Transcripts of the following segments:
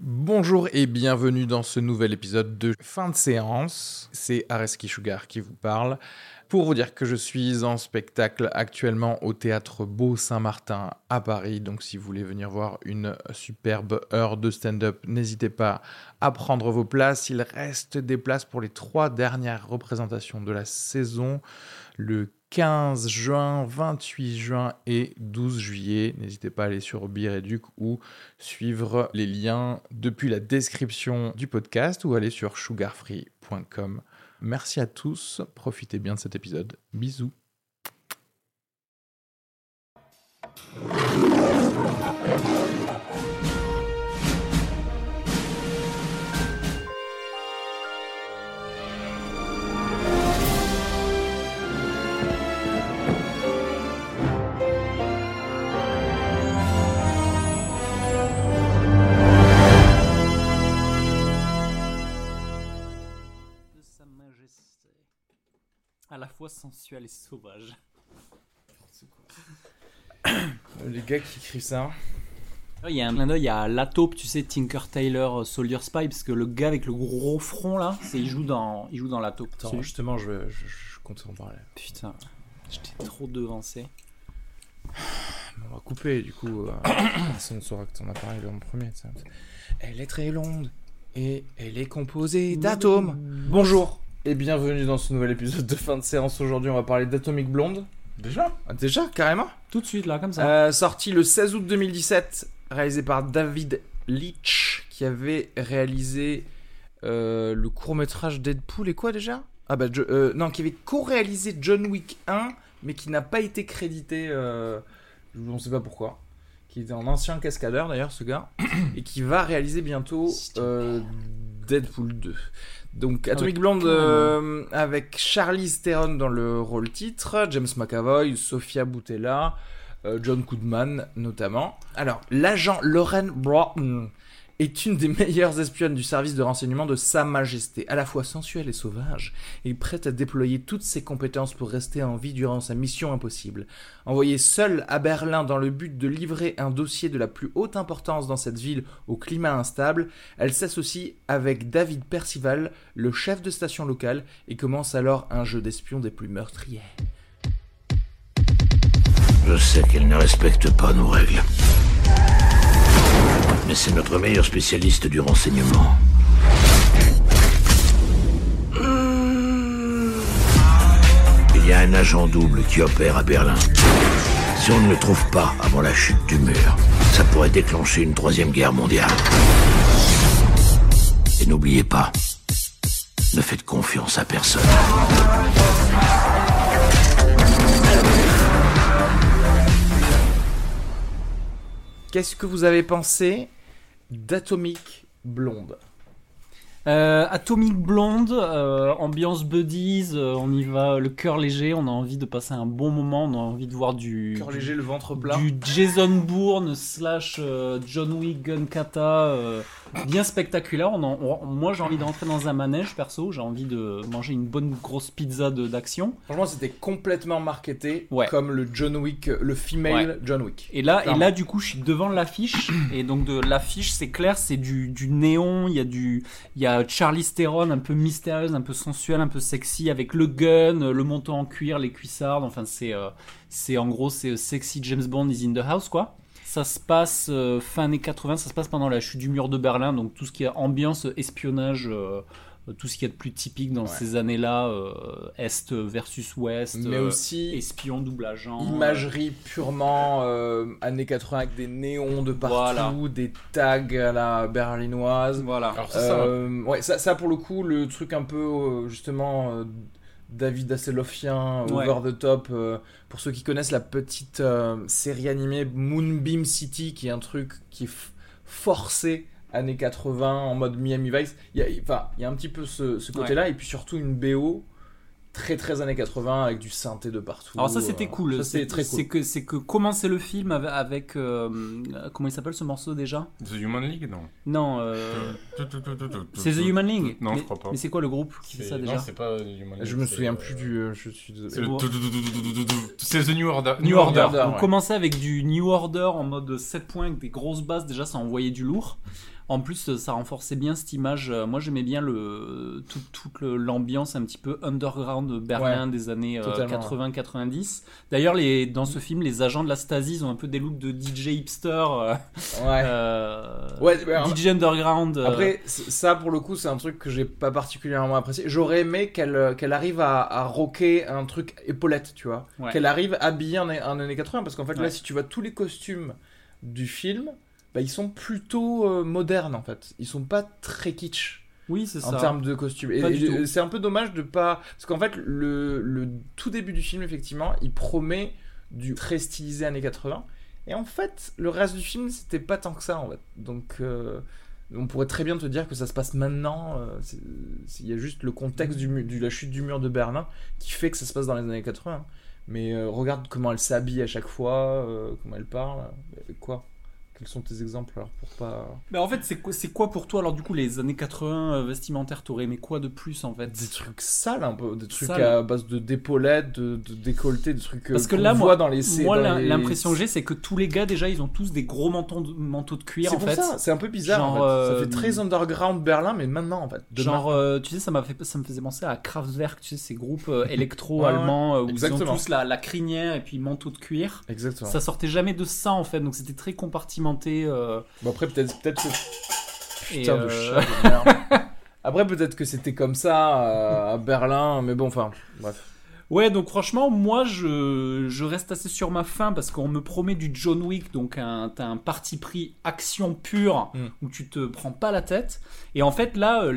Bonjour et bienvenue dans ce nouvel épisode de fin de séance. C'est Areski Sugar qui vous parle. Pour vous dire que je suis en spectacle actuellement au Théâtre Beau Saint-Martin à Paris. Donc si vous voulez venir voir une superbe heure de stand-up, n'hésitez pas à prendre vos places. Il reste des places pour les 3 dernières représentations de la saison. Le 15 juin, 28 juin et 12 juillet. N'hésitez pas à aller sur Bireduc ou suivre les liens depuis la description du podcast ou aller sur sugarfree.com. Merci à tous, profitez bien de cet épisode. Bisous. À la fois sensuel et sauvage. C'est quoi les gars qui écrivent ça. Il y a un clin d'œil à la taupe, tu sais, Tinker Tailor Soldier Spy, parce que le gars avec le gros front là, il joue dans la taupe. Attends, justement, je compte en parler. Putain, j'étais trop devancé. On va couper, du coup. Personne ne saura que t'en as parlé en premier. Ça. Elle est très longue et elle est composée d'atomes. Bonjour et bienvenue dans ce nouvel épisode de fin de séance. Aujourd'hui, on va parler d'Atomic Blonde. Déjà, carrément. Tout de suite là, comme ça. Sorti le 16 août 2017, réalisé par David Leitch, qui avait réalisé le court-métrage Deadpool et quoi déjà ? Non, qui avait co-réalisé John Wick 1, mais qui n'a pas été crédité, on ne sait pas pourquoi. Qui était un ancien cascadeur d'ailleurs, ce gars, et qui va réaliser bientôt Deadpool 2. Donc Atomic Blonde avec Charlize Theron dans le rôle titre, James McAvoy, Sofia Boutella, John Goodman notamment. Alors, l'agent Lauren Broughton est une des meilleures espionnes du service de renseignement de Sa Majesté, à la fois sensuelle et sauvage, et prête à déployer toutes ses compétences pour rester en vie durant sa mission impossible. Envoyée seule à Berlin dans le but de livrer un dossier de la plus haute importance dans cette ville au climat instable, elle s'associe avec David Percival, le chef de station locale, et commence alors un jeu d'espion des plus meurtriers. Je sais qu'elle ne respecte pas nos règles. Mais c'est notre meilleur spécialiste du renseignement. Il y a un agent double qui opère à Berlin. Si on ne le trouve pas avant la chute du mur, ça pourrait déclencher une 3e guerre mondiale. Et n'oubliez pas, ne faites confiance à personne. Qu'est-ce que vous avez pensé d'Atomic Blonde ? Atomic Blonde, ambiance buddies, on y va, le cœur léger, on a envie de passer un bon moment, on a envie de voir du cœur léger, le ventre plat, du Jason Bourne / John Wick Gun Kata, bien spectaculaire. Moi j'ai envie de rentrer dans un manège perso, j'ai envie de manger une bonne grosse pizza d'action. Franchement, c'était complètement marketé comme le John Wick, le female John Wick. Et là du coup je suis devant l'affiche et donc de l'affiche c'est clair, c'est du néon, il y a Charlize Theron un peu mystérieuse, un peu sensuelle, un peu sexy avec le gun, le manteau en cuir, les cuissardes, enfin c'est en gros c'est sexy James Bond is in the house quoi. Ça se passe fin années 80, ça se passe pendant la chute du mur de Berlin, donc tout ce qui est ambiance espionnage, tout ce qu'il y a de plus typique dans ces années-là, Est versus Ouest, mais aussi espion, double agent, imagerie purement années 80 avec des néons de partout, des tags à la berlinoise. Voilà. Alors ça pour le coup, le truc un peu justement David Hasselhoffien, over the top. Pour ceux qui connaissent la petite série animée Moonbeam City, qui est un truc qui est forcé années 80 en mode Miami Vice, il y a un petit peu ce côté-là, et puis surtout une BO très très années 80 avec du synthé de partout. Alors ça c'était cool. Ça, c'était très cool. C'est que commencer le film avec comment il s'appelle ce morceau déjà ? The Human League, non ? Non. C'est The Human League. Non, je crois pas. Mais c'est quoi le groupe qui fait ça déjà ? Non, c'est pas The Human League. Je me souviens plus du. Je suis désolé. C'est The New Order. New Order. On commençait avec du New Order en mode 7 points avec des grosses basses. Déjà, ça envoyait du lourd. En plus, ça renforçait bien cette image. Moi, j'aimais bien toute l'ambiance un petit peu underground de Berlin des années 80-90. D'ailleurs, dans ce film, les agents de la Stasi, ils ont un peu des looks de DJ hipster, DJ underground. Après, ça, pour le coup, c'est un truc que j'ai pas particulièrement apprécié. J'aurais aimé qu'elle arrive à rocker un truc épaulette, tu vois. Ouais. Qu'elle arrive habillée en années 80, parce qu'en fait, là, si tu vois tous les costumes du film... Bah, ils sont plutôt modernes en fait. Ils sont pas très kitsch. Oui, c'est ça. En termes de costumes. Et c'est un peu dommage de pas. Parce qu'en fait, le tout début du film, effectivement, il promet du très stylisé années 80. Et en fait, le reste du film, c'était pas tant que ça en fait. Donc, on pourrait très bien te dire que ça se passe maintenant. Il y a juste le contexte de la chute du mur de Berlin qui fait que ça se passe dans les années 80. Mais regarde comment elle s'habille à chaque fois, comment elle parle. Quoi ? Quels sont tes exemples alors pour pas... Mais en fait, c'est quoi pour toi alors du coup les années 80 vestimentaires, t'aurais aimé quoi de plus en fait? Des trucs sales un peu, des trucs à base de d'épaulettes, de décolletés, des trucs parce que qu'on là, voit dans les séries. Moi, l'impression que j'ai, c'est que tous les gars déjà, ils ont tous des gros manteaux de cuir en fait. C'est pour ça, c'est un peu bizarre genre, en fait. Ça fait très underground Berlin, mais maintenant en fait. Genre, tu sais, ça me faisait penser à Kraftwerk, tu sais, ces groupes électro-allemands où ils ont tous la crinière et puis manteau de cuir. Exactement. Ça sortait jamais de ça en fait, donc c'était très compartimenté. Bon après peut-être putain de chat de merde. Après peut-être que c'était comme ça à Berlin, mais bon enfin bref. Ouais, donc franchement moi je reste assez sur ma faim parce qu'on me promet du John Wick, donc t'as un parti pris action pure où tu te prends pas la tête, et en fait là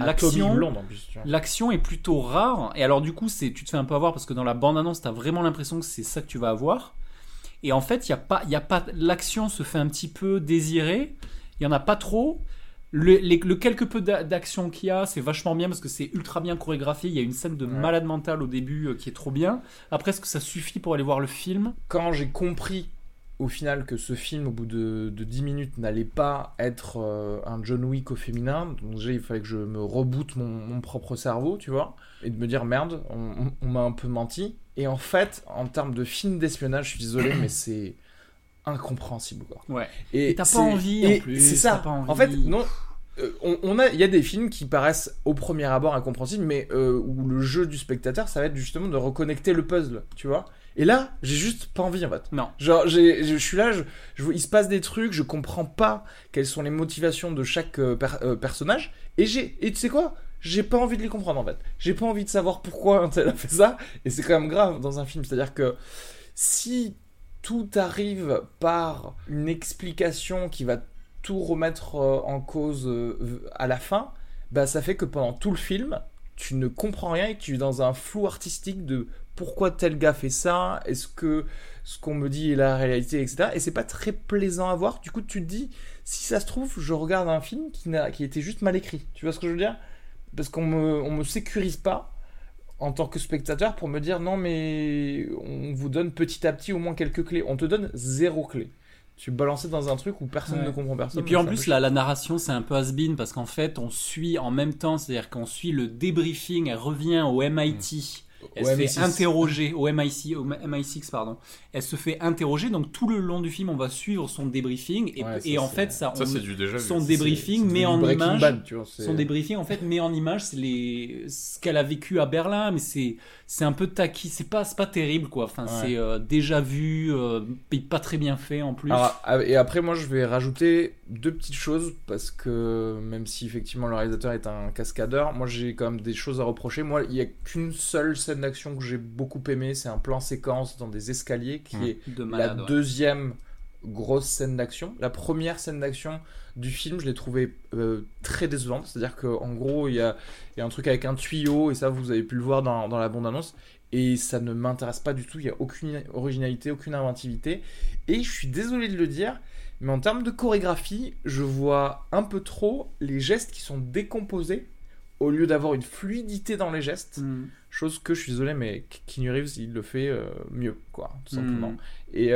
l'action est plutôt rare, et alors du coup tu te fais un peu avoir parce que dans la bande-annonce t'as vraiment l'impression que c'est ça que tu vas avoir. Et en fait, il y a pas l'action se fait un petit peu désirer, il y en a pas trop. Le quelque peu d'action qu'il y a, c'est vachement bien parce que c'est ultra bien chorégraphié. Il y a une scène de malade mental au début qui est trop bien. Après, est-ce que ça suffit pour aller voir le film? Quand j'ai compris au final que ce film, au bout de 10 minutes, n'allait pas être un John Wick au féminin, donc déjà il fallait que je me reboote mon propre cerveau, tu vois, et de me dire merde, on m'a un peu menti. Et en fait, en termes de film d'espionnage, je suis désolé, mais c'est incompréhensible, quoi. Ouais. Et t'as pas envie en plus. C'est ça. En fait, non. Il y a des films qui paraissent au premier abord incompréhensibles, mais où le jeu du spectateur, ça va être justement de reconnecter le puzzle, tu vois. Et là, j'ai juste pas envie en fait. Non. Genre, je suis là, il se passe des trucs, je comprends pas quelles sont les motivations de chaque personnage, et tu sais quoi ? J'ai pas envie de les comprendre en fait. J'ai pas envie de savoir pourquoi un tel a fait ça, et c'est quand même grave dans un film. C'est-à-dire que si tout arrive par une explication qui va tout remettre en cause à la fin, bah ça fait que pendant tout le film, tu ne comprends rien et tu es dans un flou artistique de pourquoi tel gars fait ça, est-ce que ce qu'on me dit est la réalité, etc. Et c'est pas très plaisant à voir. Du coup, tu te dis, si ça se trouve, je regarde un film qui était juste mal écrit. Tu vois ce que je veux dire ? Parce qu'on me sécurise pas en tant que spectateur pour me dire non mais on vous donne petit à petit au moins quelques clés. On te donne 0 clé. Tu es balancé dans un truc où personne ne comprend personne. Et puis en plus la narration c'est un peu has-been parce qu'en fait on suit en même temps, c'est-à-dire qu'on suit le débriefing, elle revient au MIT. Elle se fait interroger au MI6 pardon. Elle se fait interroger, donc tout le long du film on va suivre son débriefing et en fait c'est du déjà vu. Son débriefing met en image Bad, tu vois, son débriefing en fait met en image ce qu'elle a vécu à Berlin, mais c'est un peu taquis, c'est pas terrible quoi, enfin c'est déjà vu, pas très bien fait en plus. Alors, et après moi je vais rajouter 2 petites choses parce que même si effectivement le réalisateur est un cascadeur, moi j'ai quand même des choses à reprocher. Moi il y a qu'une seule scène d'action que j'ai beaucoup aimé, c'est un plan séquence dans des escaliers qui est la deuxième grosse scène d'action. La première scène d'action du film, je l'ai trouvé très décevante, c'est-à-dire qu'en gros il y a un truc avec un tuyau et ça vous avez pu le voir dans la bande-annonce et ça ne m'intéresse pas du tout, il n'y a aucune originalité, aucune inventivité et je suis désolé de le dire, mais en termes de chorégraphie, je vois un peu trop les gestes qui sont décomposés au lieu d'avoir une fluidité dans les gestes, chose que je suis désolé, mais Keanu Reeves il le fait mieux, quoi, tout simplement. Et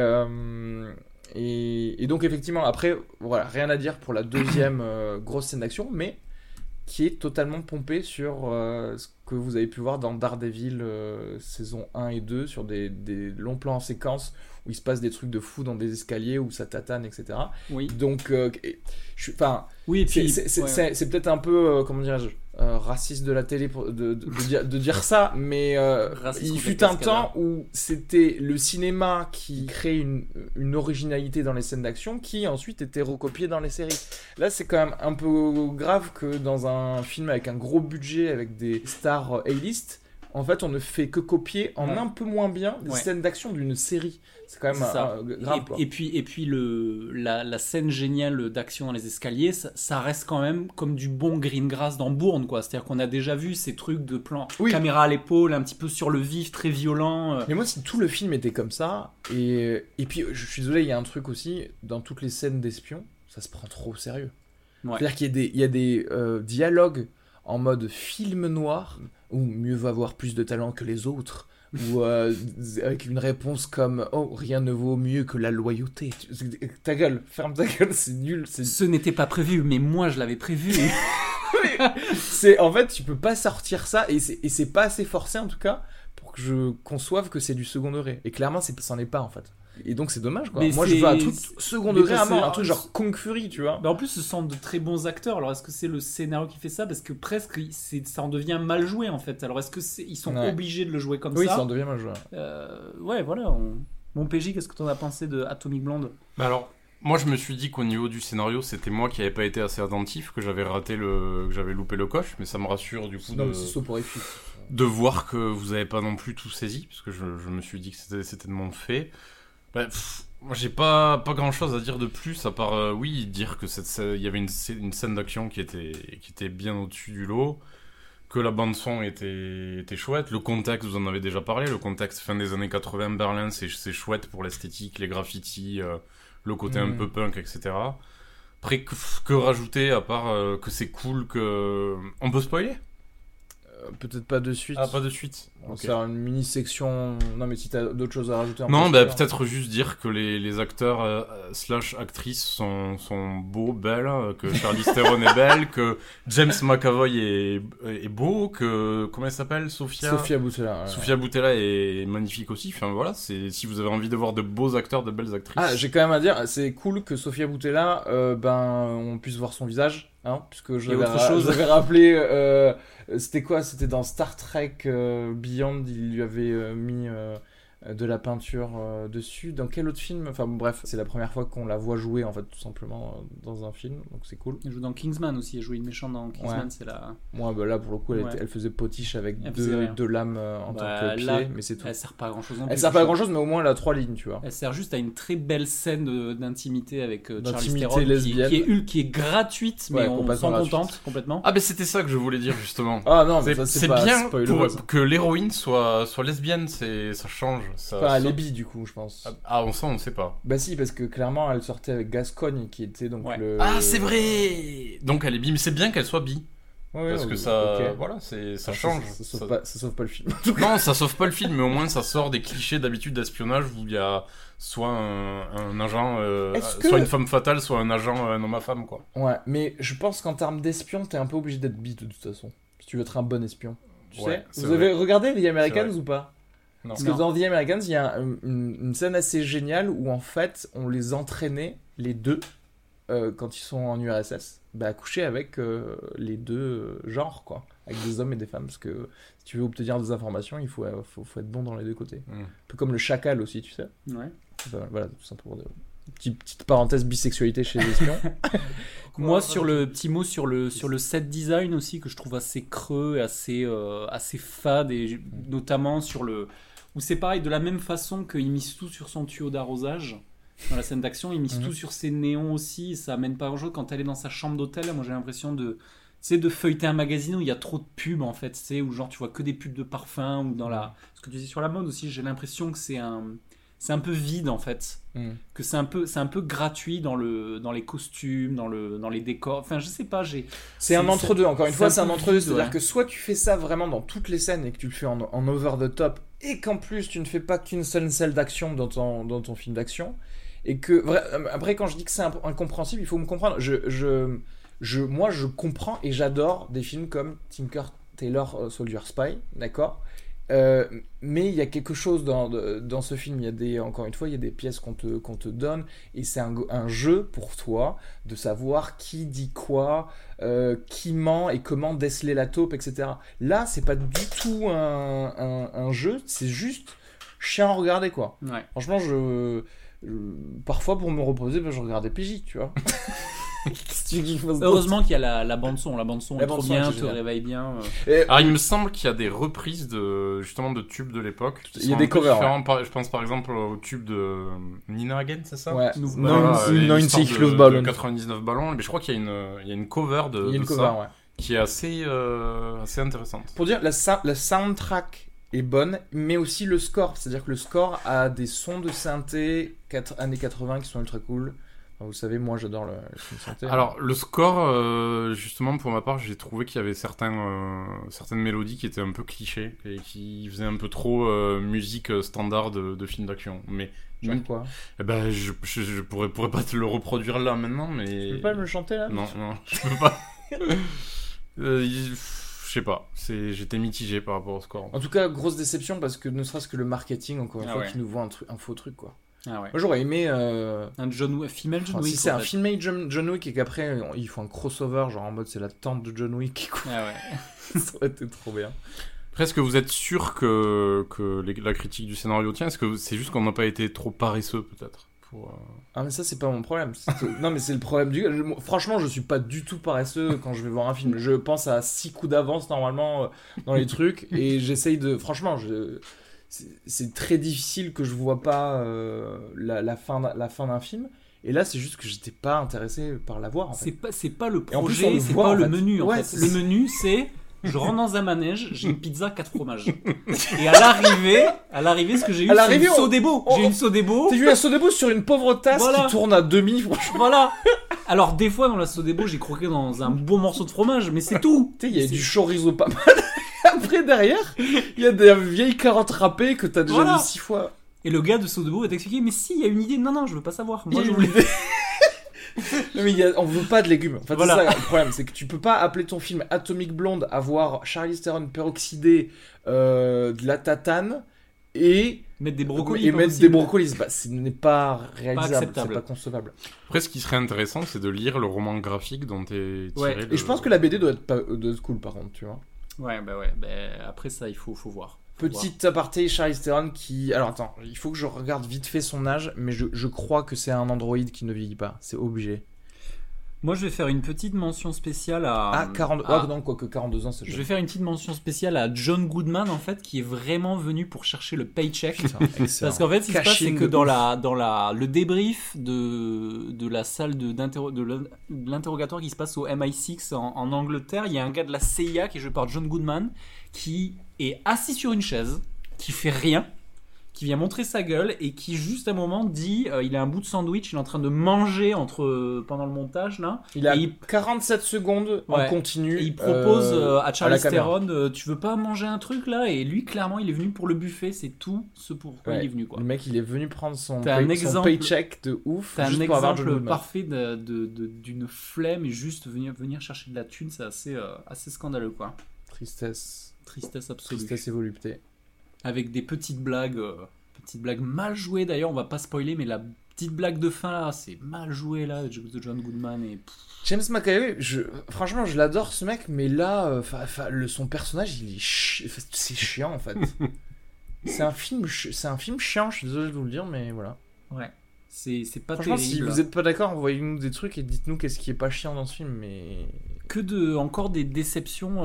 donc effectivement, après, voilà, rien à dire pour la deuxième grosse scène d'action, mais qui est totalement pompé sur ce que vous avez pu voir dans Daredevil saison 1 et 2, sur des longs plans en séquence où il se passe des trucs de fou dans des escaliers, où ça tatane, etc. Oui. Donc, Oui, et puis c'est peut-être un peu, comment dirais-je, raciste de la télé de dire ça, mais il fut un temps où c'était le cinéma qui créait une originalité dans les scènes d'action qui ensuite était recopiée dans les séries. Là, c'est quand même un peu grave que dans un film avec un gros budget, avec des stars A-list, en fait, on ne fait que copier en un peu moins bien des scènes d'action d'une série. C'est quand même grave. Et puis la scène géniale d'action dans les escaliers, ça reste quand même comme du bon Greengrass dans Bourne, quoi. C'est-à-dire qu'on a déjà vu ces trucs de plan, caméra à l'épaule, un petit peu sur le vif, très violent. Mais moi, si tout le film était comme ça, et puis je suis désolé, il y a un truc aussi, dans toutes les scènes d'espions, ça se prend trop au sérieux. Ouais. C'est-à-dire qu'il y a des dialogues en mode film noir, ou mieux vaut avoir plus de talent que les autres, ou avec une réponse comme « Oh, rien ne vaut mieux que la loyauté ». Ta gueule, ferme ta gueule, c'est nul. Ce n'était pas prévu, mais moi je l'avais prévu. En fait, tu peux pas sortir ça, et c'est pas assez forcé en tout cas, pour que je conçoive que c'est du second degré. Et clairement, ça n'est pas en fait. Et donc c'est dommage quoi. Moi je veux un truc second degré à mort, un truc genre Kung Fury, tu vois. Bah en plus ce sont de très bons acteurs. Alors est-ce que c'est le scénario qui fait ça, parce que presque ça en devient mal joué en fait. Alors est-ce que ils sont obligés de le jouer comme ça? Oui, ça en devient mal joué. Ouais voilà. Mon PJ, qu'est-ce que t'en as pensé de Atomic Blonde? Bah alors moi je me suis dit qu'au niveau du scénario c'était moi qui avais pas été assez attentif, que j'avais loupé le coche, mais ça me rassure du coup de voir que vous avez pas non plus tout saisi, parce que je me suis dit que c'était de mon fait. Bah, moi j'ai pas grand chose à dire de plus à part dire que il y avait une scène d'action qui était bien au-dessus du lot, que la bande son était chouette, le contexte vous en avez déjà parlé, le contexte fin des années 80 Berlin c'est chouette pour l'esthétique, les graffitis, le côté un peu punk, etc. Après que rajouter à part que c'est cool, que on peut spoiler? Peut-être pas de suite. Ah, pas de suite. On va faire une mini-section. Non, mais si t'as d'autres choses à rajouter. Non, bah, peut-être juste dire que les acteurs / actrices sont beaux, belles, que Charlize Theron est belle, que James McAvoy est beau, que... Comment elle s'appelle? Sophia Boutella. Ouais. Sophia Boutella est magnifique aussi. Enfin, voilà, si vous avez envie de voir de beaux acteurs, de belles actrices... Ah, j'ai quand même à dire, c'est cool que Sophia Boutella, on puisse voir son visage. Hein, puisque j'avais rappelé c'était quoi, c'était dans Star Trek Beyond, il lui avait mis de la peinture dessus. Dans quel autre film? Enfin bon, bref, c'est la première fois qu'on la voit jouer en fait, tout simplement dans un film, donc c'est cool. Elle joue dans Kingsman aussi, elle joue une méchante dans Kingsman. C'est la... Moi bah là pour le coup elle faisait potiche avec deux lames en tant que pied, mais c'est tout. Elle sert pas à grand chose non plus. Elle sert pas à grand chose, mais au moins elle a 3 lignes, tu vois. Elle sert juste à une très belle scène d'intimité avec Charlize Theron qui est gratuite, mais on s'en contente complètement. Ah, mais c'était ça que je voulais dire justement. Ah non, mais c'est bien que l'héroïne soit lesbienne, ça change. Enfin, elle est bi du coup, je pense. Ah, on sait pas. Bah si, parce que clairement elle sortait avec Gascogne qui était donc le... Ah, c'est vrai. Donc elle est bi, mais c'est bien qu'elle soit bi. Parce que ça, voilà, ça change. Ça sauve pas le film. Non, ça sauve pas le film, mais au moins ça sort des clichés d'habitude d'espionnage où il y a soit un agent, soit une femme fatale, soit un agent, un homme à femme, quoi. Ouais, mais je pense qu'en termes d'espion, t'es un peu obligé d'être bi de toute façon, si tu veux être un bon espion. Tu sais, vous avez regardé The Americans ou pas? Non. Parce que dans The Americans, il y a une scène assez géniale où en fait, on les entraînait, les deux, quand ils sont en URSS, à coucher avec les deux genres, quoi. Avec des hommes et des femmes. Parce que si tu veux obtenir des informations, il faut être bon dans les deux côtés. Un peu comme le chacal aussi, tu sais. Ouais. Voilà, tout simplement. Petite parenthèse bisexualité chez les espions. Moi, sur le petit mot sur le set design aussi, que je trouve assez creux, assez fade, et notamment sur le... Où c'est pareil, de la même façon qu'il mise tout sur son tuyau d'arrosage. Dans la scène d'action, il mise tout sur ses néons aussi, ça amène pas grand-chose. Quand elle est dans sa chambre d'hôtel, moi j'ai l'impression de feuilleter un magazine où il y a trop de pubs en fait, où genre tu vois que des pubs de parfum, ou dans ce que tu dis sur la mode aussi, j'ai l'impression que c'est un peu vide en fait, que c'est un peu gratuit dans les costumes, dans les décors, enfin je sais pas, c'est un entre-deux, encore une fois c'est un entre-deux, c'est-à-dire que soit tu fais ça vraiment dans toutes les scènes et que tu le fais en over the top, et qu'en plus tu ne fais pas qu'une seule scène d'action dans ton film d'action, et que après quand je dis que c'est incompréhensible, il faut me comprendre, moi je comprends et j'adore des films comme Tinker Tailor Soldier Spy, d'accord. Mais il y a quelque chose dans ce film, encore une fois, il y a des pièces qu'on te donne, et c'est un jeu pour toi de savoir qui dit quoi, qui ment et comment déceler la taupe, etc. Là, c'est pas du tout un jeu, c'est juste chiant à regarder, quoi. Ouais. Franchement, parfois pour me reposer, je regardais PJ, tu vois. Heureusement qu'il y a la bande son. La bande son est trop bien, te réveille bien. Alors il me semble qu'il y a des reprises justement de tubes de l'époque. Il y a des covers. Je pense par exemple au tube de Nina Hagen, c'est ça? Ouais. 90 Ballons. 99 ballons. Mais je crois qu'il y a une cover de ça, ouais. Qui est assez intéressante. Pour dire, la soundtrack est bonne, mais aussi le score. C'est-à-dire que le score a des sons de synthé années 80 qui sont ultra cool. Vous savez, moi j'adore le film synthé. Alors le score, justement pour ma part, j'ai trouvé qu'il y avait certaines mélodies qui étaient un peu clichés et qui faisaient un peu trop musique standard de film d'action. Mais genre quoi? Je pourrais pas te le reproduire là maintenant, mais tu peux pas me le chanter là? Non, je peux pas. Je sais pas, j'étais mitigé par rapport au score. En tout cas, grosse déception parce que ne serait-ce que le marketing, encore une fois, qui nous vend un faux truc, quoi. Ah ouais. Moi j'aurais aimé un female John Wick. Si c'est un female John Wick et qu'après ils font un crossover, genre en mode c'est la tante de John Wick. Quoi. Ah ouais. Ça aurait été trop bien. Après, est-ce que vous êtes sûr que la critique du scénario tient? Est-ce que c'est juste qu'on n'a pas été trop paresseux peut-être Ah mais ça c'est pas mon problème. Non mais c'est le problème franchement je suis pas du tout paresseux quand je vais voir un film. Je pense à 6 coups d'avance normalement dans les trucs et j'essaye de... Franchement c'est très difficile que je vois pas la fin d'un film. Et là, c'est juste que j'étais pas intéressé par la voir. En fait. C'est pas le projet, c'est pas le menu. En fait. Le menu, c'est je rentre dans un manège, j'ai une pizza 4 fromages. Et à l'arrivée, ce que j'ai eu, c'est une Sodebo. J'ai une Sodebo. T'as eu un Sodebo sur une pauvre tasse qui tourne à demi, franchement. Voilà. Alors, des fois, dans la Sodebo, j'ai croqué dans un bon morceau de fromage, mais c'est tout. Tu sais, il y a du chorizo pas mal. Après, derrière, il y a des vieilles carottes râpées que t'as déjà vu 6 fois. Et le gars de Sodebo va t'expliquer, mais si, il y a une idée. Non, je veux pas savoir. Moi, je voulais... Non mais on veut pas de légumes. En fait, c'est ça le problème, c'est que tu peux pas appeler ton film Atomic Blonde, avoir Charlize Theron peroxydée, de la tatane et mettre des brocolis. Ce n'est pas réalisable, c'est pas concevable. Après, ce qui serait intéressant, c'est de lire le roman graphique dont est tiré. Et je pense que la BD doit être cool par contre, tu vois. Ouais. Après ça, il faut voir. Petite aparté, Charlize Theron qui... Alors attends, il faut que je regarde vite fait son âge, mais je crois que c'est un androïde qui ne vieillit pas, c'est obligé. Moi, je vais faire une petite mention spéciale à... 42 ans, c'est jeune. Je vais faire une petite mention spéciale à John Goodman, en fait, qui est vraiment venu pour chercher le paycheck. Parce qu'en fait, ce qui se passe, c'est que dans le débrief de la salle de l'interrogatoire qui se passe au MI6 en Angleterre, il y a un gars de la CIA qui est joué par John Goodman, qui est assis sur une chaise, qui fait rien, qui vient montrer sa gueule et qui juste à un moment dit il a un bout de sandwich, il est en train de manger pendant le montage là. Il a 47 secondes en continu. Et il propose à Charlize Theron tu veux pas manger un truc là? Et lui clairement il est venu pour le buffet, c'est tout ce pourquoi il est venu quoi. Le mec il est venu prendre son paycheck de ouf. T'as un exemple parfait d'une flemme et juste venir chercher de la thune, c'est assez scandaleux quoi. Tristesse absolue. Tristesse et volupté. Avec des petites blagues mal jouées d'ailleurs, on va pas spoiler, mais la petite blague de fin là, c'est mal joué là, de John Goodman et... James McAvoy, franchement je l'adore ce mec, mais là, son personnage c'est chiant en fait. c'est un film chiant, je suis désolé de vous le dire, mais voilà. Ouais. C'est pas franchement, terrible. Si vous êtes pas d'accord, envoyez-nous des trucs et dites-nous qu'est-ce qui est pas chiant dans ce film, mais... Encore des déceptions.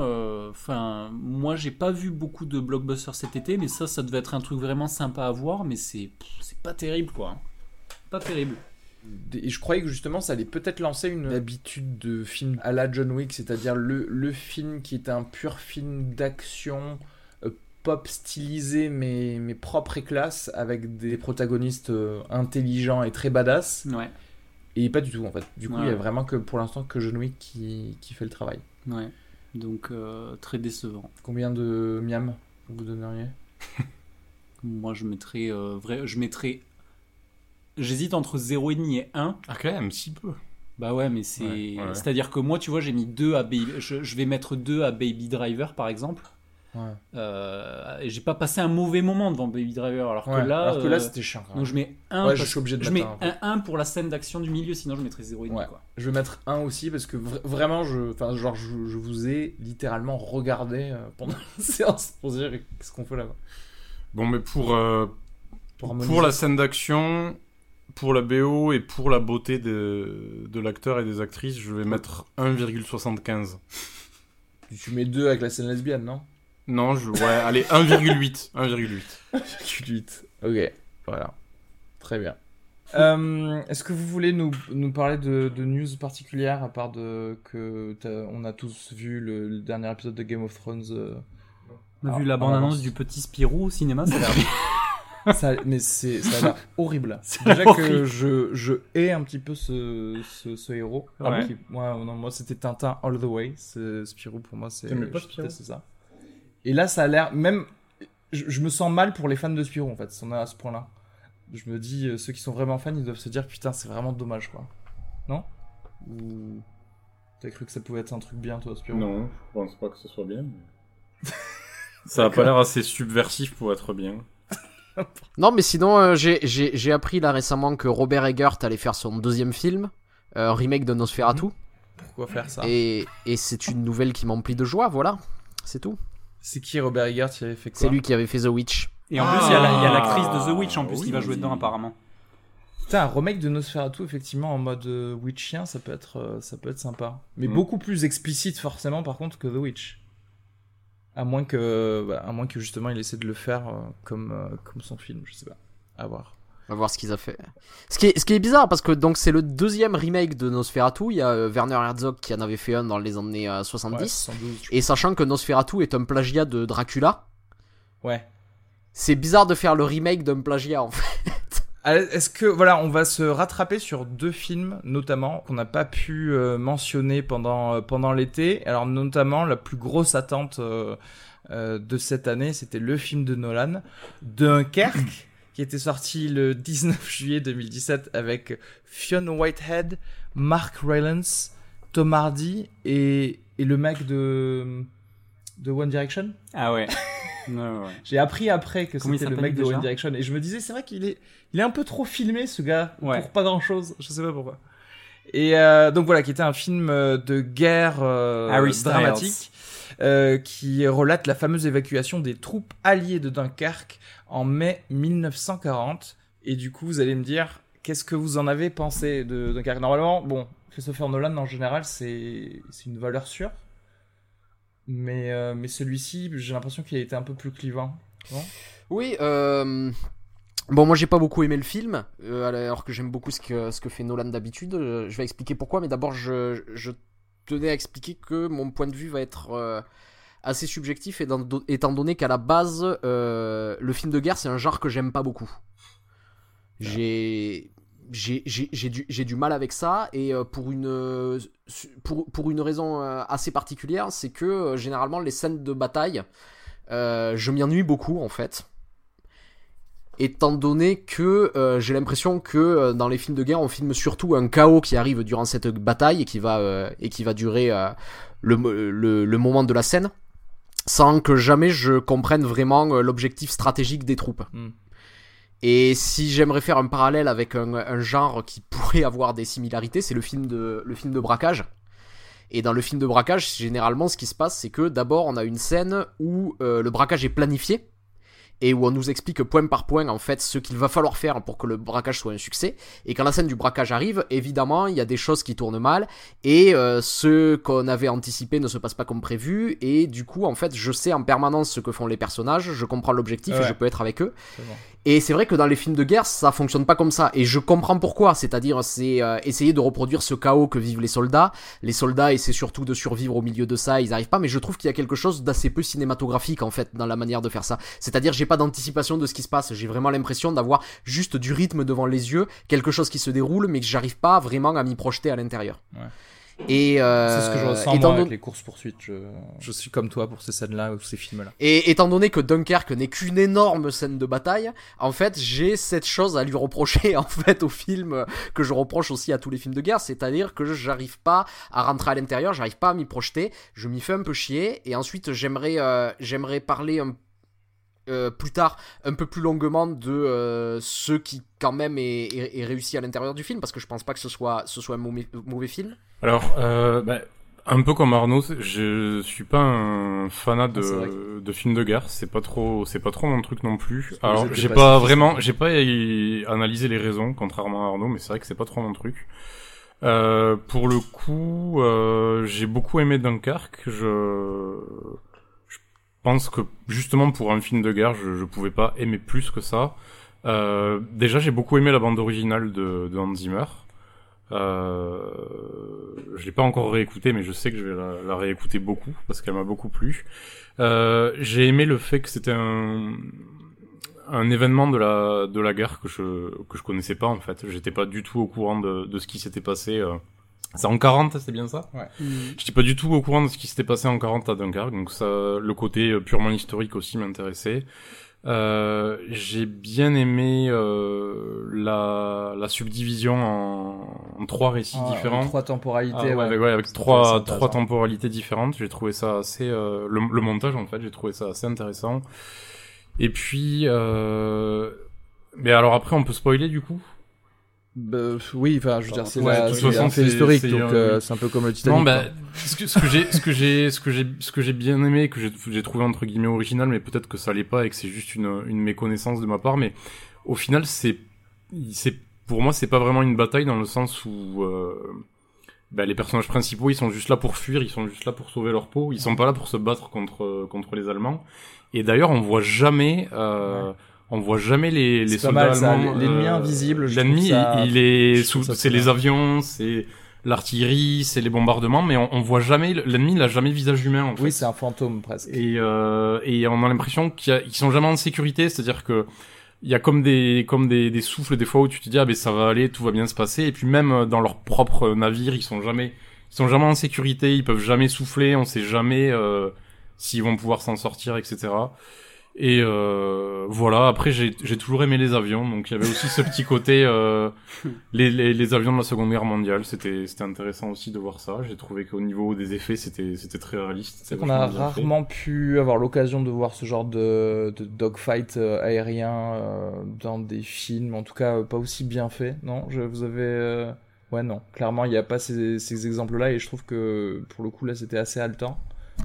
Moi j'ai pas vu beaucoup de blockbusters cet été, mais ça devait être un truc vraiment sympa à voir, mais c'est pas terrible quoi. Pas terrible. Et je croyais que justement ça allait peut-être lancer une habitude de film à la John Wick, c'est-à-dire le film qui est un pur film d'action pop stylisé mais propre et classe, avec des protagonistes intelligents et très badass. Ouais. Et pas du tout en fait. Du coup, il y a vraiment que pour l'instant que John Wick qui fait le travail. Ouais. Donc très décevant. Combien de miam vous donneriez? Moi, je mettrais j'hésite entre 0,5 et 1. Ah quand même, si peu. Bah ouais, mais c'est-à-dire que moi, tu vois, j'ai mis 2 à Baby... Je vais mettre 2 à Baby Driver, par exemple. Ouais. Et j'ai pas passé un mauvais moment devant Baby Driver, alors que là c'était chiant. Donc je mets 1. Je suis obligé de mettre 1 pour la scène d'action du milieu, sinon je mettrais 0,5. Quoi. Je vais mettre 1 aussi parce que vraiment, je vous ai littéralement regardé pendant la séance pour dire qu'est-ce qu'on fait là. Bon, mais pour la scène d'action, pour la BO et pour la beauté de l'acteur et des actrices, je vais mettre 1,75. Tu mets 2 avec la scène lesbienne, non? Non, allez, 1,8. 1,8. Ok, voilà. Très bien. Est-ce que vous voulez nous parler de news particulières, à part on a tous vu le dernier épisode de Game of Thrones On a vu la bande-annonce du petit Spirou au cinéma, ça a l'air bien. Mais ça a l'air horrible. Déjà que je hais un petit peu ce héros. Ouais. Moi c'était Tintin all the way. Spirou pour moi c'est ça. Et là ça a l'air même. Je me sens mal pour les fans de Spirou en fait. On est à ce point-là. Je me dis ceux qui sont vraiment fans ils doivent se dire putain c'est vraiment dommage quoi. Non? Ou t'as cru que ça pouvait être un truc bien toi Spirou? Non, je pense pas que ce soit bien. Mais... ça a pas l'air assez subversif pour être bien. Non, mais sinon, j'ai appris là récemment que Robert Eggert allait faire son 2e film, remake de Nosferatu. Pourquoi faire ça? Et c'est une nouvelle qui m'emplit de joie, voilà, c'est tout. C'est qui Robert Eggert? Il avait fait quoi? C'est lui qui avait fait The Witch. Et en plus, il y a l'actrice de The Witch en plus qui va jouer dedans apparemment. Putain, un remake de Nosferatu, effectivement, en mode Witchien, ça peut être sympa. Mais beaucoup plus explicite forcément, par contre, que The Witch. À moins que justement il essaie de le faire comme son film, je sais pas. À voir. On va voir ce qu'ils ont fait. Ce qui est bizarre parce que donc c'est le 2e remake de Nosferatu. Il y a Werner Herzog qui en avait fait un dans les années 70. Ouais, 72, et sachant que Nosferatu est un plagiat de Dracula. Ouais. C'est bizarre de faire le remake d'un plagiat en fait. Est-ce que on va se rattraper sur 2 films notamment qu'on n'a pas pu mentionner pendant l'été. Alors notamment la plus grosse attente de cette année, c'était le film de Nolan, Dunkerque, qui était sorti le 19 juillet 2017 avec Fionn Whitehead, Mark Rylance, Tom Hardy et le mec de One Direction. Ah ouais. Ouais. J'ai appris après que c'était le mec de One Direction et je me disais c'est vrai qu'il est un peu trop filmé ce gars pour pas grand chose, je sais pas pourquoi. Et donc voilà, qui était un film de guerre dramatique qui relate la fameuse évacuation des troupes alliées de Dunkerque en mai 1940. Et du coup vous allez me dire qu'est-ce que vous en avez pensé de Dunkerque? Normalement Christopher Nolan en général c'est une valeur sûre. Mais celui-ci, j'ai l'impression qu'il a été un peu plus clivant. Non? Oui, bon, moi j'ai pas beaucoup aimé le film, alors que j'aime beaucoup ce que fait Nolan d'habitude. Je vais expliquer pourquoi, mais d'abord je tenais à expliquer que mon point de vue va être assez subjectif, étant donné qu'à la base, le film de guerre c'est un genre que j'aime pas beaucoup. J'ai du mal avec ça et pour une raison assez particulière, c'est que généralement les scènes de bataille je m'y ennuie beaucoup en fait, étant donné que j'ai l'impression que dans les films de guerre on filme surtout un chaos qui arrive durant cette bataille et qui va durer le moment de la scène sans que jamais je comprenne vraiment l'objectif stratégique des troupes. Et si j'aimerais faire un parallèle avec un genre qui pourrait avoir des similarités, c'est le film de braquage. Et dans le film de braquage, généralement, ce qui se passe, c'est que d'abord, on a une scène où le braquage est planifié et où on nous explique point par point, en fait, ce qu'il va falloir faire pour que le braquage soit un succès. Et quand la scène du braquage arrive, évidemment, il y a des choses qui tournent mal et ce qu'on avait anticipé ne se passe pas comme prévu. Et du coup, en fait, je sais en permanence ce que font les personnages, je comprends l'objectif et je peux être avec eux. C'est bon. Et c'est vrai que dans les films de guerre, ça fonctionne pas comme ça. Et je comprends pourquoi. C'est-à-dire, c'est essayer de reproduire ce chaos que vivent les soldats. Les soldats essaient surtout de survivre au milieu de ça, ils arrivent pas. Mais je trouve qu'il y a quelque chose d'assez peu cinématographique, en fait, dans la manière de faire ça. C'est-à-dire, j'ai pas d'anticipation de ce qui se passe. J'ai vraiment l'impression d'avoir juste du rythme devant les yeux, quelque chose qui se déroule, mais que j'arrive pas vraiment à m'y projeter à l'intérieur. Ouais. Et c'est ce que je ressens moi avec les courses-poursuites. Je suis comme toi pour ces scènes-là ou ces films-là. Et étant donné que Dunkerque n'est qu'une énorme scène de bataille, en fait, j'ai cette chose à lui reprocher en fait au film que je reproche aussi à tous les films de guerre, c'est-à-dire que j'arrive pas à rentrer à l'intérieur, j'arrive pas à m'y projeter, je m'y fais un peu chier, et ensuite j'aimerais parler plus tard un peu plus longuement de ceux qui quand même est réussi à l'intérieur du film, parce que je pense pas que ce soit un mauvais film. Alors un peu comme Arnaud, je suis pas un fanat de films de guerre, c'est pas trop mon truc non plus. Alors j'ai pas analysé les raisons contrairement à Arnaud, mais c'est vrai que c'est pas trop mon truc. Pour le coup, j'ai beaucoup aimé Dunkerque. Je pense que justement pour un film de guerre, je pouvais pas aimer plus que ça. Déjà, j'ai beaucoup aimé la bande originale de Hans Zimmer. Je l'ai pas encore réécoutée, mais je sais que je vais la réécouter beaucoup parce qu'elle m'a beaucoup plu. J'ai aimé le fait que c'était un événement de la guerre que je connaissais pas en fait. J'étais pas du tout au courant de ce qui s'était passé. C'est en 40, c'est bien ça ? Ouais. J'étais pas du tout au courant de ce qui s'était passé en 40 à Dunkerque, donc ça, le côté purement historique aussi m'intéressait. J'ai bien aimé la subdivision en 3 récits différents. 3 temporalités. Avec trois temporalités différentes. J'ai trouvé ça assez le montage en fait, j'ai trouvé ça assez intéressant. Et puis mais alors après on peut spoiler du coup. Oui, enfin, je veux dire, c'est un fait historique, donc c'est un peu comme le Titanic. Non, ce que j'ai bien aimé, que j'ai trouvé entre guillemets original, mais peut-être que ça l'est pas et que c'est juste une méconnaissance de ma part, mais au final, pour moi, c'est pas vraiment une bataille dans le sens où les personnages principaux, ils sont juste là pour fuir, ils sont juste là pour sauver leur peau, ils sont pas là pour se battre contre les Allemands. Et d'ailleurs, on voit jamais les soldats allemands. L'ennemi invisible. L'ennemi, c'est les avions, c'est l'artillerie, c'est les bombardements, mais on voit jamais, l'ennemi n'a jamais visage humain, en fait. Oui, c'est un fantôme, presque. Et on a l'impression qu'ils sont jamais en sécurité, c'est-à-dire que il y a comme des souffles des fois où tu te dis, ça va aller, tout va bien se passer, et puis même dans leur propre navire, ils sont jamais en sécurité, ils peuvent jamais souffler, on sait jamais, s'ils vont pouvoir s'en sortir, etc. Et voilà, après j'ai toujours aimé les avions, donc il y avait aussi ce petit côté les avions de la Seconde Guerre mondiale, c'était intéressant aussi de voir ça. J'ai trouvé qu'au niveau des effets c'était très réaliste. C'est qu'on a rarement pu avoir l'occasion de voir ce genre de dogfight aérien dans des films, en tout cas pas aussi bien fait. Non, vous avez ouais, non, clairement il n'y a pas ces exemples-là, et je trouve que pour le coup là c'était assez haletant.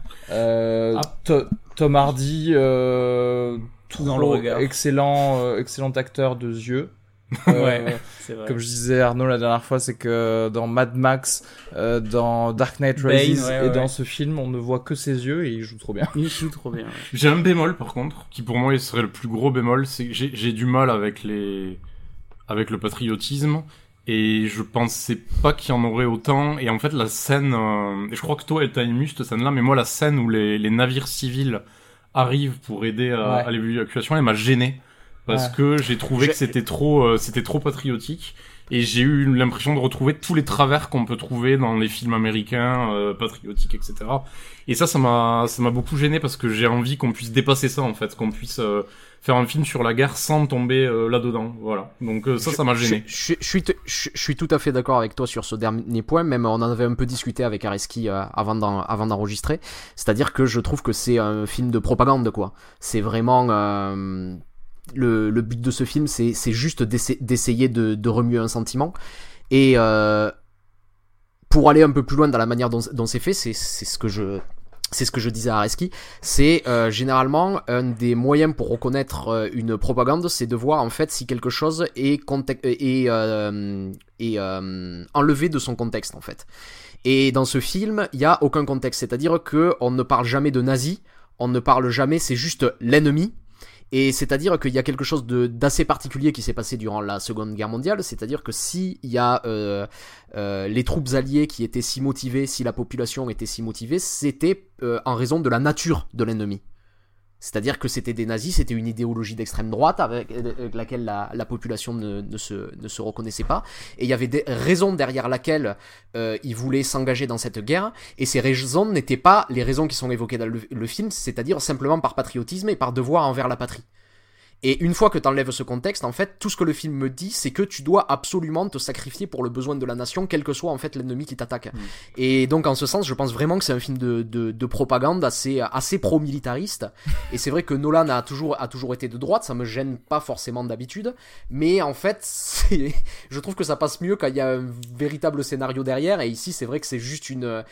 Tom Hardy, tout dans le regard. excellent acteur de yeux. Ouais, c'est vrai. Comme je disais Arnaud la dernière fois, c'est que dans Mad Max, dans Dark Knight Rises dans ce film, on ne voit que ses yeux et il joue trop bien. Il joue trop bien. Ouais. J'ai un bémol par contre, qui pour moi serait le plus gros bémol, c'est que j'ai du mal avec le patriotisme. Et je pensais pas qu'il y en aurait autant. Et en fait, la scène, je crois que toi, elle t'a ému cette scène-là, mais moi, la scène où les navires civils arrivent pour aider à l'évacuation, elle m'a gêné. Parce que j'ai trouvé que c'était trop patriotique. Et j'ai eu l'impression de retrouver tous les travers qu'on peut trouver dans les films américains, patriotiques, etc. Et ça m'a beaucoup gêné parce que j'ai envie qu'on puisse dépasser ça, en fait, qu'on puisse faire un film sur la guerre sans tomber là-dedans. Voilà. Donc ça m'a gêné. Je suis tout à fait d'accord avec toi sur ce dernier point. Même on en avait un peu discuté avec Areski avant d'enregistrer. C'est-à-dire que je trouve que c'est un film de propagande, quoi. C'est vraiment le but de ce film, c'est juste d'essayer de remuer un sentiment. Et pour aller un peu plus loin dans la manière dont c'est fait, c'est ce que je disais à Areski, c'est généralement un des moyens pour reconnaître une propagande, c'est de voir en fait si quelque chose est enlevé de son contexte en fait. Et dans ce film, il y a aucun contexte, c'est-à-dire que on ne parle jamais de nazis, on ne parle jamais, c'est juste l'ennemi. Et c'est-à-dire qu'il y a quelque chose d'assez particulier qui s'est passé durant la Seconde Guerre mondiale, c'est-à-dire que s'il y a les troupes alliées qui étaient si motivées, si la population était si motivée, c'était en raison de la nature de l'ennemi. C'est-à-dire que c'était des nazis, c'était une idéologie d'extrême droite avec laquelle la population ne se reconnaissait pas. Et il y avait des raisons derrière laquelle ils voulaient s'engager dans cette guerre. Et ces raisons n'étaient pas les raisons qui sont évoquées dans le film, c'est-à-dire simplement par patriotisme et par devoir envers la patrie. Et une fois que tu enlèves ce contexte, en fait, tout ce que le film me dit, c'est que tu dois absolument te sacrifier pour le besoin de la nation, quel que soit en fait l'ennemi qui t'attaque. Et donc en ce sens, je pense vraiment que c'est un film de propagande assez pro-militariste. Et c'est vrai que Nolan a toujours été de droite, ça me gêne pas forcément d'habitude, mais en fait, je trouve que ça passe mieux quand il y a un véritable scénario derrière. Et ici, c'est vrai que c'est juste une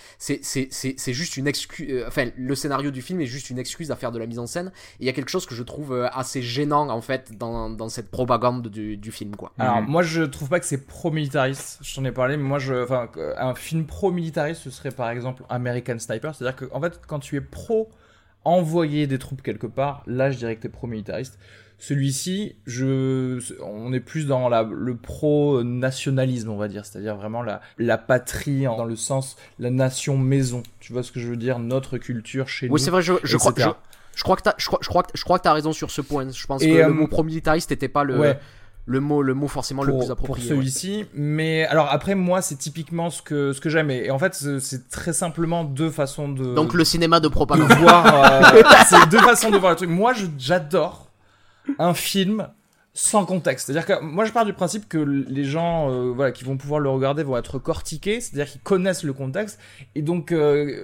excuse. Enfin, le scénario du film est juste une excuse à faire de la mise en scène. Et il y a quelque chose que je trouve assez gênant en fait dans cette propagande du film, quoi. Alors moi je trouve pas que c'est pro-militariste, je t'en ai parlé, mais moi un film pro-militariste ce serait par exemple American Sniper, c'est-à-dire que en fait quand tu es pro envoyer des troupes quelque part, là je dirais que t'es pro-militariste. Celui-ci, on est plus dans le pro-nationalisme, on va dire, c'est-à-dire vraiment la patrie dans le sens la nation maison. Tu vois ce que je veux dire, notre culture chez nous. Oui, c'est vrai, je crois que t'as raison sur ce point. Je pense que le mot pro-militariste n'était pas le mot forcément le plus approprié. Pour celui-ci, mais alors après moi c'est typiquement ce que j'aime et en fait c'est très simplement deux façons de. Donc le cinéma de propagande. De voir, c'est deux façons de voir le truc. Moi j'adore un film sans contexte. C'est-à-dire que moi je pars du principe que les gens qui vont pouvoir le regarder vont être cortiqués, c'est-à-dire qu'ils connaissent le contexte et donc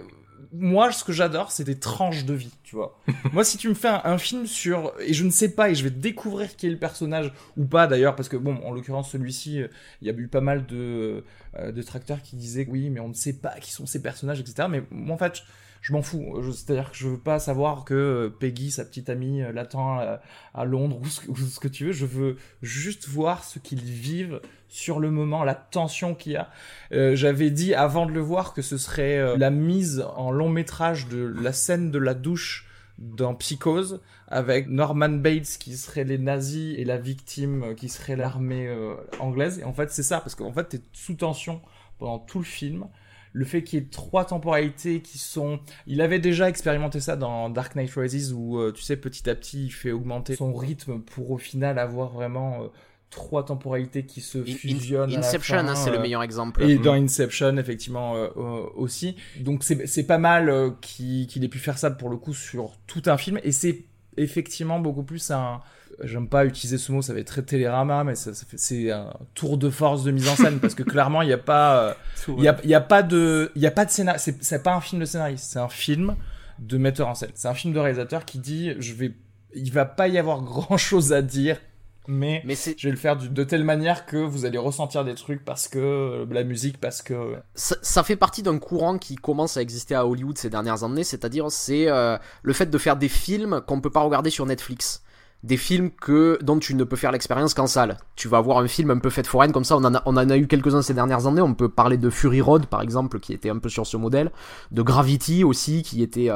moi, ce que j'adore, c'est des tranches de vie, tu vois. Moi, si tu me fais un film sur... Et je ne sais pas, et je vais découvrir qui est le personnage, ou pas d'ailleurs, parce que, bon, en l'occurrence, celui-ci, il y a eu pas mal de détracteurs qui disaient « Oui, mais on ne sait pas qui sont ces personnages, etc. » Mais moi, en fait, je m'en fous. C'est-à-dire que je veux pas savoir que Peggy, sa petite amie, l'attend à Londres, ou ce que tu veux. Je veux juste voir ce qu'ils vivent sur le moment, la tension qu'il y a. J'avais dit avant de le voir que ce serait la mise en long métrage de la scène de la douche dans Psychose avec Norman Bates qui serait les nazis et la victime qui serait l'armée anglaise. Et en fait, c'est ça, parce qu'en fait, t'es sous tension pendant tout le film. Le fait qu'il y ait 3 temporalités qui sont... Il avait déjà expérimenté ça dans Dark Knight Rises où, tu sais, petit à petit, il fait augmenter son rythme pour au final avoir vraiment... 3 temporalités qui se fusionnent. Inception, à la fin, c'est le meilleur exemple. Et dans Inception, effectivement, aussi. Donc c'est pas mal qu'il ait pu faire ça pour le coup sur tout un film. Et c'est effectivement beaucoup plus un... J'aime pas utiliser ce mot, ça va être très Télérama, mais c'est un tour de force de mise en scène parce que clairement il y a pas, il y a pas de scénario. C'est pas un film de scénariste, c'est un film de metteur en scène. C'est un film de réalisateur qui dit il va pas y avoir grand chose à dire. Mais je vais le faire de telle manière que vous allez ressentir des trucs parce que la musique, parce que... Ça fait partie d'un courant qui commence à exister à Hollywood ces dernières années, c'est-à-dire c'est le fait de faire des films qu'on peut pas regarder sur Netflix. Des films dont tu ne peux faire l'expérience qu'en salle. Tu vas voir un film un peu fête foraine comme ça, on en a eu quelques-uns ces dernières années. On peut parler de Fury Road par exemple, qui était un peu sur ce modèle, de Gravity aussi, qui était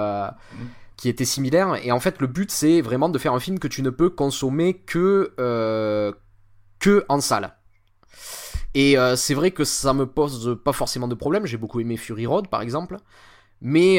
similaire. Et en fait le but c'est vraiment de faire un film que tu ne peux consommer que en salle. Et c'est vrai que ça me pose pas forcément de problème. J'ai beaucoup aimé Fury Road par exemple, mais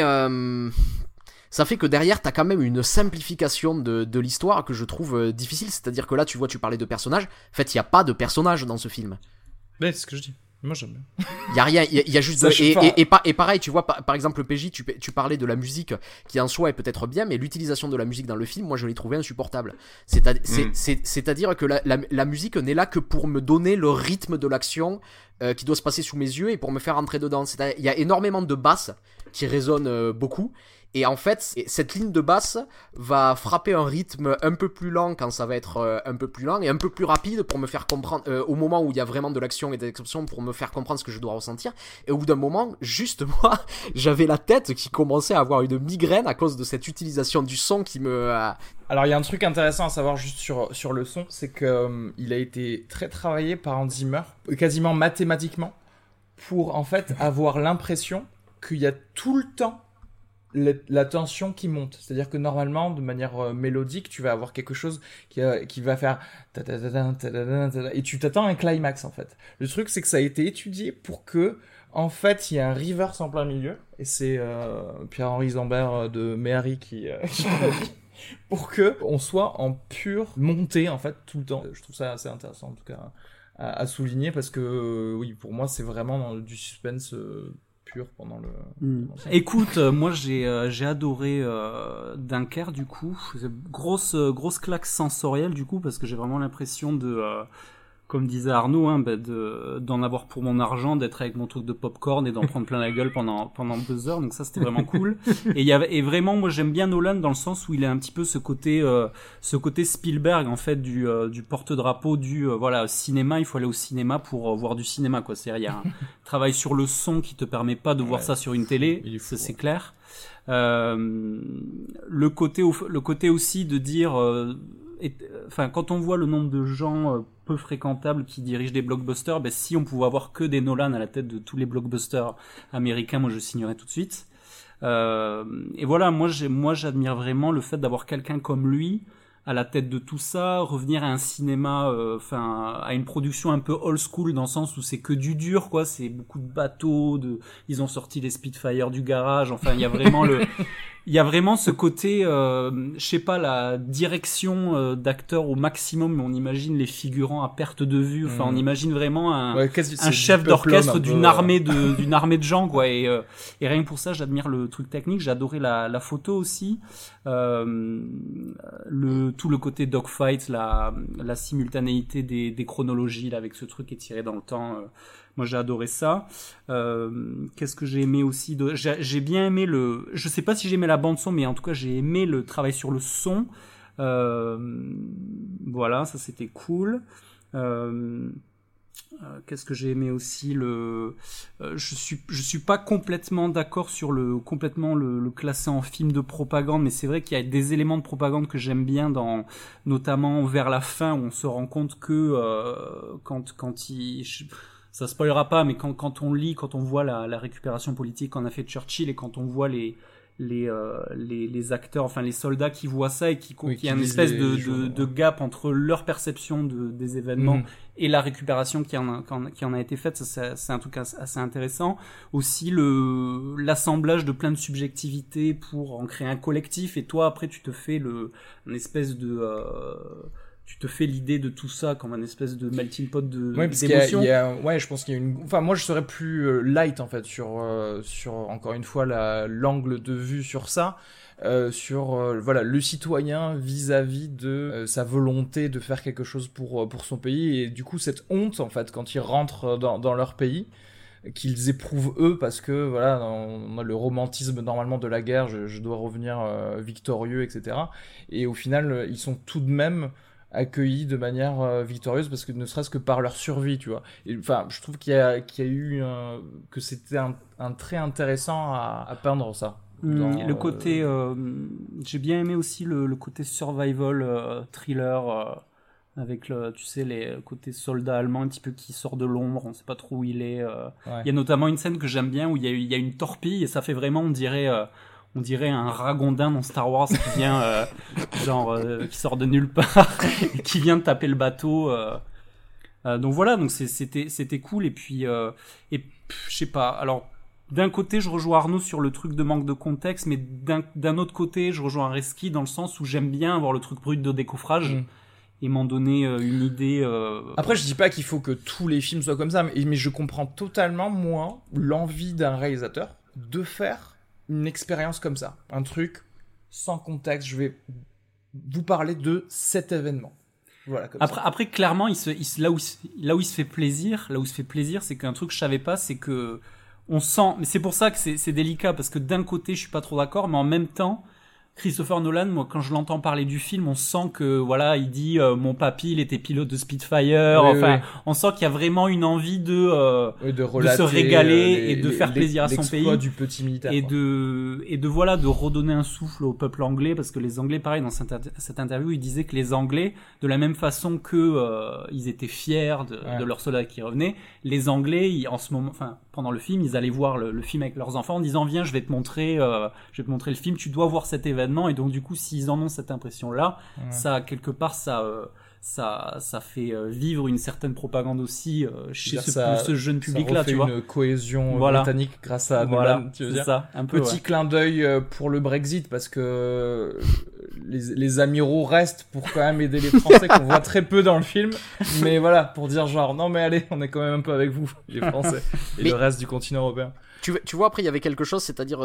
ça fait que derrière t'as quand même une simplification de l'histoire que je trouve difficile. C'est-à-dire que là tu parlais de personnages, en fait il y a pas de personnages dans ce film. Mais c'est ce que je dis. Moi j'aime bien. Il y a rien, il y a juste et pareil, tu vois par exemple PJ, tu parlais de la musique qui en soi est peut-être bien, mais l'utilisation de la musique dans le film, moi je l'ai trouvé insupportable. C'est-à-dire que la musique n'est là que pour me donner le rythme de l'action qui doit se passer sous mes yeux et pour me faire entrer dedans. Il y a énormément de basses qui résonnent beaucoup. Et en fait, cette ligne de basse va frapper un rythme un peu plus lent quand ça va être un peu plus lent et un peu plus rapide pour me faire comprendre, au moment où il y a vraiment de l'action et des explosions, pour me faire comprendre ce que je dois ressentir. Et au bout d'un moment, juste moi, j'avais la tête qui commençait à avoir une migraine à cause de cette utilisation du son qui me... Alors il y a un truc intéressant à savoir juste sur le son, c'est que il a été très travaillé par Hans Zimmer, quasiment mathématiquement, pour en fait avoir l'impression qu'il y a tout le temps la tension qui monte. C'est-à-dire que normalement, de manière mélodique, tu vas avoir quelque chose qui va faire et tu t'attends à un climax en fait. Le truc, c'est que ça a été étudié pour que, en fait, il y a un reverse en plein milieu, et c'est Pierre-Henri Zambert de Méhari qui l'a dit. pour que on soit en pure montée en fait tout le temps. Je trouve ça assez intéressant en tout cas à souligner parce que oui, pour moi c'est vraiment du suspense pur pendant le. Écoute, moi j'ai adoré Dunkerque du coup, grosse claque sensorielle du coup parce que j'ai vraiment l'impression de comme disait Arnaud, d'en avoir pour mon argent, d'être avec mon truc de popcorn et d'en prendre plein la gueule pendant 2 heures. Donc ça, c'était vraiment cool. Et vraiment, moi, j'aime bien Nolan dans le sens où il a un petit peu ce côté Spielberg, en fait, du porte-drapeau cinéma. Il faut aller au cinéma pour voir du cinéma, quoi. C'est-à-dire, il y a un travail sur le son qui te permet pas de voir ça sur une télé. Ça, c'est clair. Le côté aussi de dire, quand on voit le nombre de gens peu fréquentables qui dirigent des blockbusters, si on pouvait avoir que des Nolan à la tête de tous les blockbusters américains, moi je signerais tout de suite. Et voilà, moi j'admire vraiment le fait d'avoir quelqu'un comme lui à la tête de tout ça, revenir à un cinéma, à une production un peu old school dans le sens où c'est que du dur, quoi. C'est beaucoup de bateaux, ils ont sorti les Spitfire du garage. Enfin, il y a vraiment ce côté, je sais pas, la direction d'acteurs au maximum. On imagine les figurants à perte de vue. Enfin, on imagine vraiment un chef d'orchestre d'une armée de gens, quoi. Et rien que pour ça, j'admire le truc technique. J'ai adoré la photo aussi. Tout le côté dogfight, la simultanéité des chronologies là, avec ce truc étiré dans le temps. Moi j'ai adoré ça. Qu'est-ce que j'ai aimé aussi j'ai bien aimé je sais pas si j'ai aimé la bande son, mais en tout cas j'ai aimé le travail sur le son. Voilà, ça c'était cool. Qu'est-ce que j'ai aimé aussi je suis pas complètement d'accord sur le classer en film de propagande, mais c'est vrai qu'il y a des éléments de propagande que j'aime bien notamment vers la fin où on se rend compte que ça spoilera pas, mais quand on voit la récupération politique qu'en a fait Churchill et quand on voit les acteurs, enfin les soldats qui voient ça et qui y a une espèce de gap entre leur perception des événements et la récupération qui en a été faite, ça, c'est un truc assez intéressant. Aussi l'assemblage de plein de subjectivités pour en créer un collectif, et toi après tu te fais une espèce de tu te fais l'idée de tout ça comme un espèce de melting pot d'émotions. Je pense qu'il y a enfin, moi je serais plus light en fait sur encore une fois l'angle de vue sur ça, le citoyen vis-à-vis de sa volonté de faire quelque chose pour son pays, et du coup cette honte en fait quand ils rentrent dans leur pays qu'ils éprouvent eux, parce que voilà, on a le romantisme normalement de la guerre, je dois revenir victorieux, etc. Et au final ils sont tout de même accueillis de manière victorieuse, parce que ne serait-ce que par leur survie, tu vois. Enfin, je trouve qu'il y a eu que c'était un trait intéressant à peindre ça. Le côté, j'ai bien aimé aussi le côté survival thriller, avec les côtés soldats allemands un petit peu qui sort de l'ombre, on sait pas trop où il est. Il y a notamment une scène que j'aime bien où il y a une torpille, et ça fait vraiment, on dirait un ragondin dans Star Wars qui vient qui sort de nulle part et qui vient de taper le bateau. Donc voilà, donc c'était cool. Et puis je sais pas. Alors d'un côté, je rejoins Arnaud sur le truc de manque de contexte, mais d'un autre côté, je rejoins Reski dans le sens où j'aime bien avoir le truc brut de décoffrage. Et m'en donner une idée. Après, je dis pas qu'il faut que tous les films soient comme ça, mais je comprends totalement, moi, l'envie d'un réalisateur de faire une expérience comme ça, un truc sans contexte. Je vais vous parler de cet événement. Voilà. Après, clairement, là où il se fait plaisir, c'est qu'un truc que je savais pas, c'est que on sent. Mais c'est pour ça que c'est délicat, parce que d'un côté, je suis pas trop d'accord, mais en même temps, Christopher Nolan, moi, quand je l'entends parler du film, on sent que, voilà, il dit mon papy, il était pilote de Spitfire. On sent qu'il y a vraiment une envie de se régaler et de faire plaisir à son pays. Du petit militaire. Et de redonner un souffle au peuple anglais, parce que les Anglais, pareil, dans cette interview, ils disaient que les Anglais, de la même façon que ils étaient fiers de leurs soldats qui revenaient, les Anglais, en ce moment, pendant le film, ils allaient voir le film avec leurs enfants en disant viens, je vais te montrer le film, tu dois voir cet événement. Et donc du coup, s'ils en ont cette impression-là, ça quelque part, ça fait vivre une certaine propagande aussi chez ce jeune public-là, tu vois. Ça refait une cohésion britannique grâce à Nolan, tu veux dire. Ça, un peu, petit clin d'œil pour le Brexit, parce que les amiraux restent pour quand même aider les Français qu'on voit très peu dans le film. Mais voilà, pour dire genre, non mais allez, on est quand même un peu avec vous, les Français. Et le reste du continent européen. Tu vois, après, il y avait quelque chose, c'est-à-dire...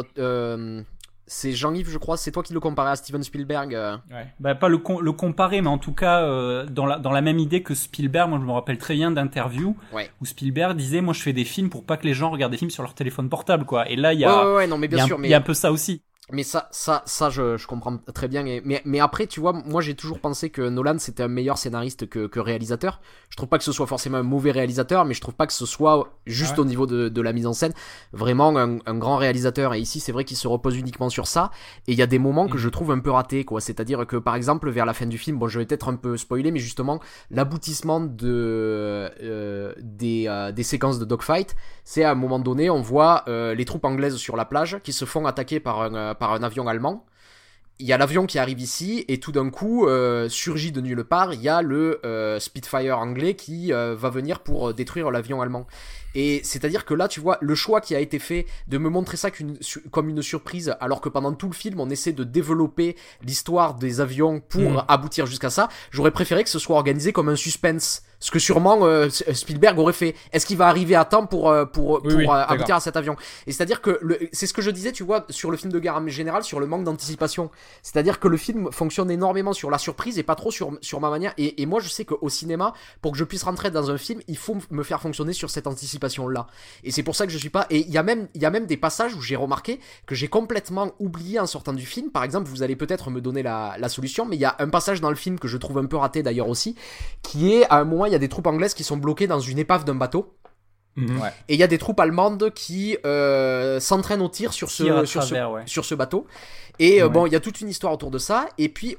c'est Jean-Yves, je crois, c'est toi qui le comparais à Steven Spielberg. Ouais. Bah, pas le comparer, mais en tout cas, dans la même idée que Spielberg, moi je me rappelle très bien d'interviews où Spielberg disait, moi je fais des films pour pas que les gens regardent des films sur leur téléphone portable, quoi. Et là, il y a, non, mais bien sûr, il y a un peu ça aussi. Mais ça, je comprends très bien. Mais après, tu vois, moi j'ai toujours pensé que Nolan c'était un meilleur scénariste que réalisateur. Je trouve pas que ce soit forcément un mauvais réalisateur, mais je trouve pas que ce soit juste au niveau de la mise en scène vraiment un grand réalisateur. Et ici, c'est vrai qu'il se repose uniquement sur ça. Et il y a des moments que je trouve un peu ratés, quoi. C'est-à-dire que par exemple, vers la fin du film, bon, je vais peut-être un peu spoiler, mais justement, l'aboutissement des séquences de dogfight, c'est à un moment donné, on voit les troupes anglaises sur la plage qui se font attaquer par un avion allemand. Il y a l'avion qui arrive ici et tout d'un coup surgit de nulle part, il y a le Spitfire anglais qui va venir pour détruire l'avion allemand. Et c'est-à-dire que là, tu vois, le choix qui a été fait de me montrer ça comme une surprise, alors que pendant tout le film, on essaie de développer l'histoire des avions pour aboutir jusqu'à ça, j'aurais préféré que ce soit organisé comme un suspense. Ce que sûrement Spielberg aurait fait. Est-ce qu'il va arriver à temps pour aboutir à cet avion? Et c'est-à-dire que c'est ce que je disais, tu vois, sur le film de guerre en général, sur le manque d'anticipation. C'est-à-dire que le film fonctionne énormément sur la surprise et pas trop sur ma manière. Et moi, je sais qu'au cinéma, pour que je puisse rentrer dans un film, il faut me faire fonctionner sur cette anticipation-là. Et c'est pour ça que je suis pas. Et il y a même des passages où j'ai remarqué que j'ai complètement oublié en sortant du film. Par exemple, vous allez peut-être me donner la solution, mais il y a un passage dans le film que je trouve un peu raté d'ailleurs aussi, qui est à un moment, il y a des troupes anglaises qui sont bloquées dans une épave d'un bateau. Ouais. Et il y a des troupes allemandes qui s'entraînent au tir sur ce bateau. Et bon, il y a toute une histoire autour de ça. Et puis,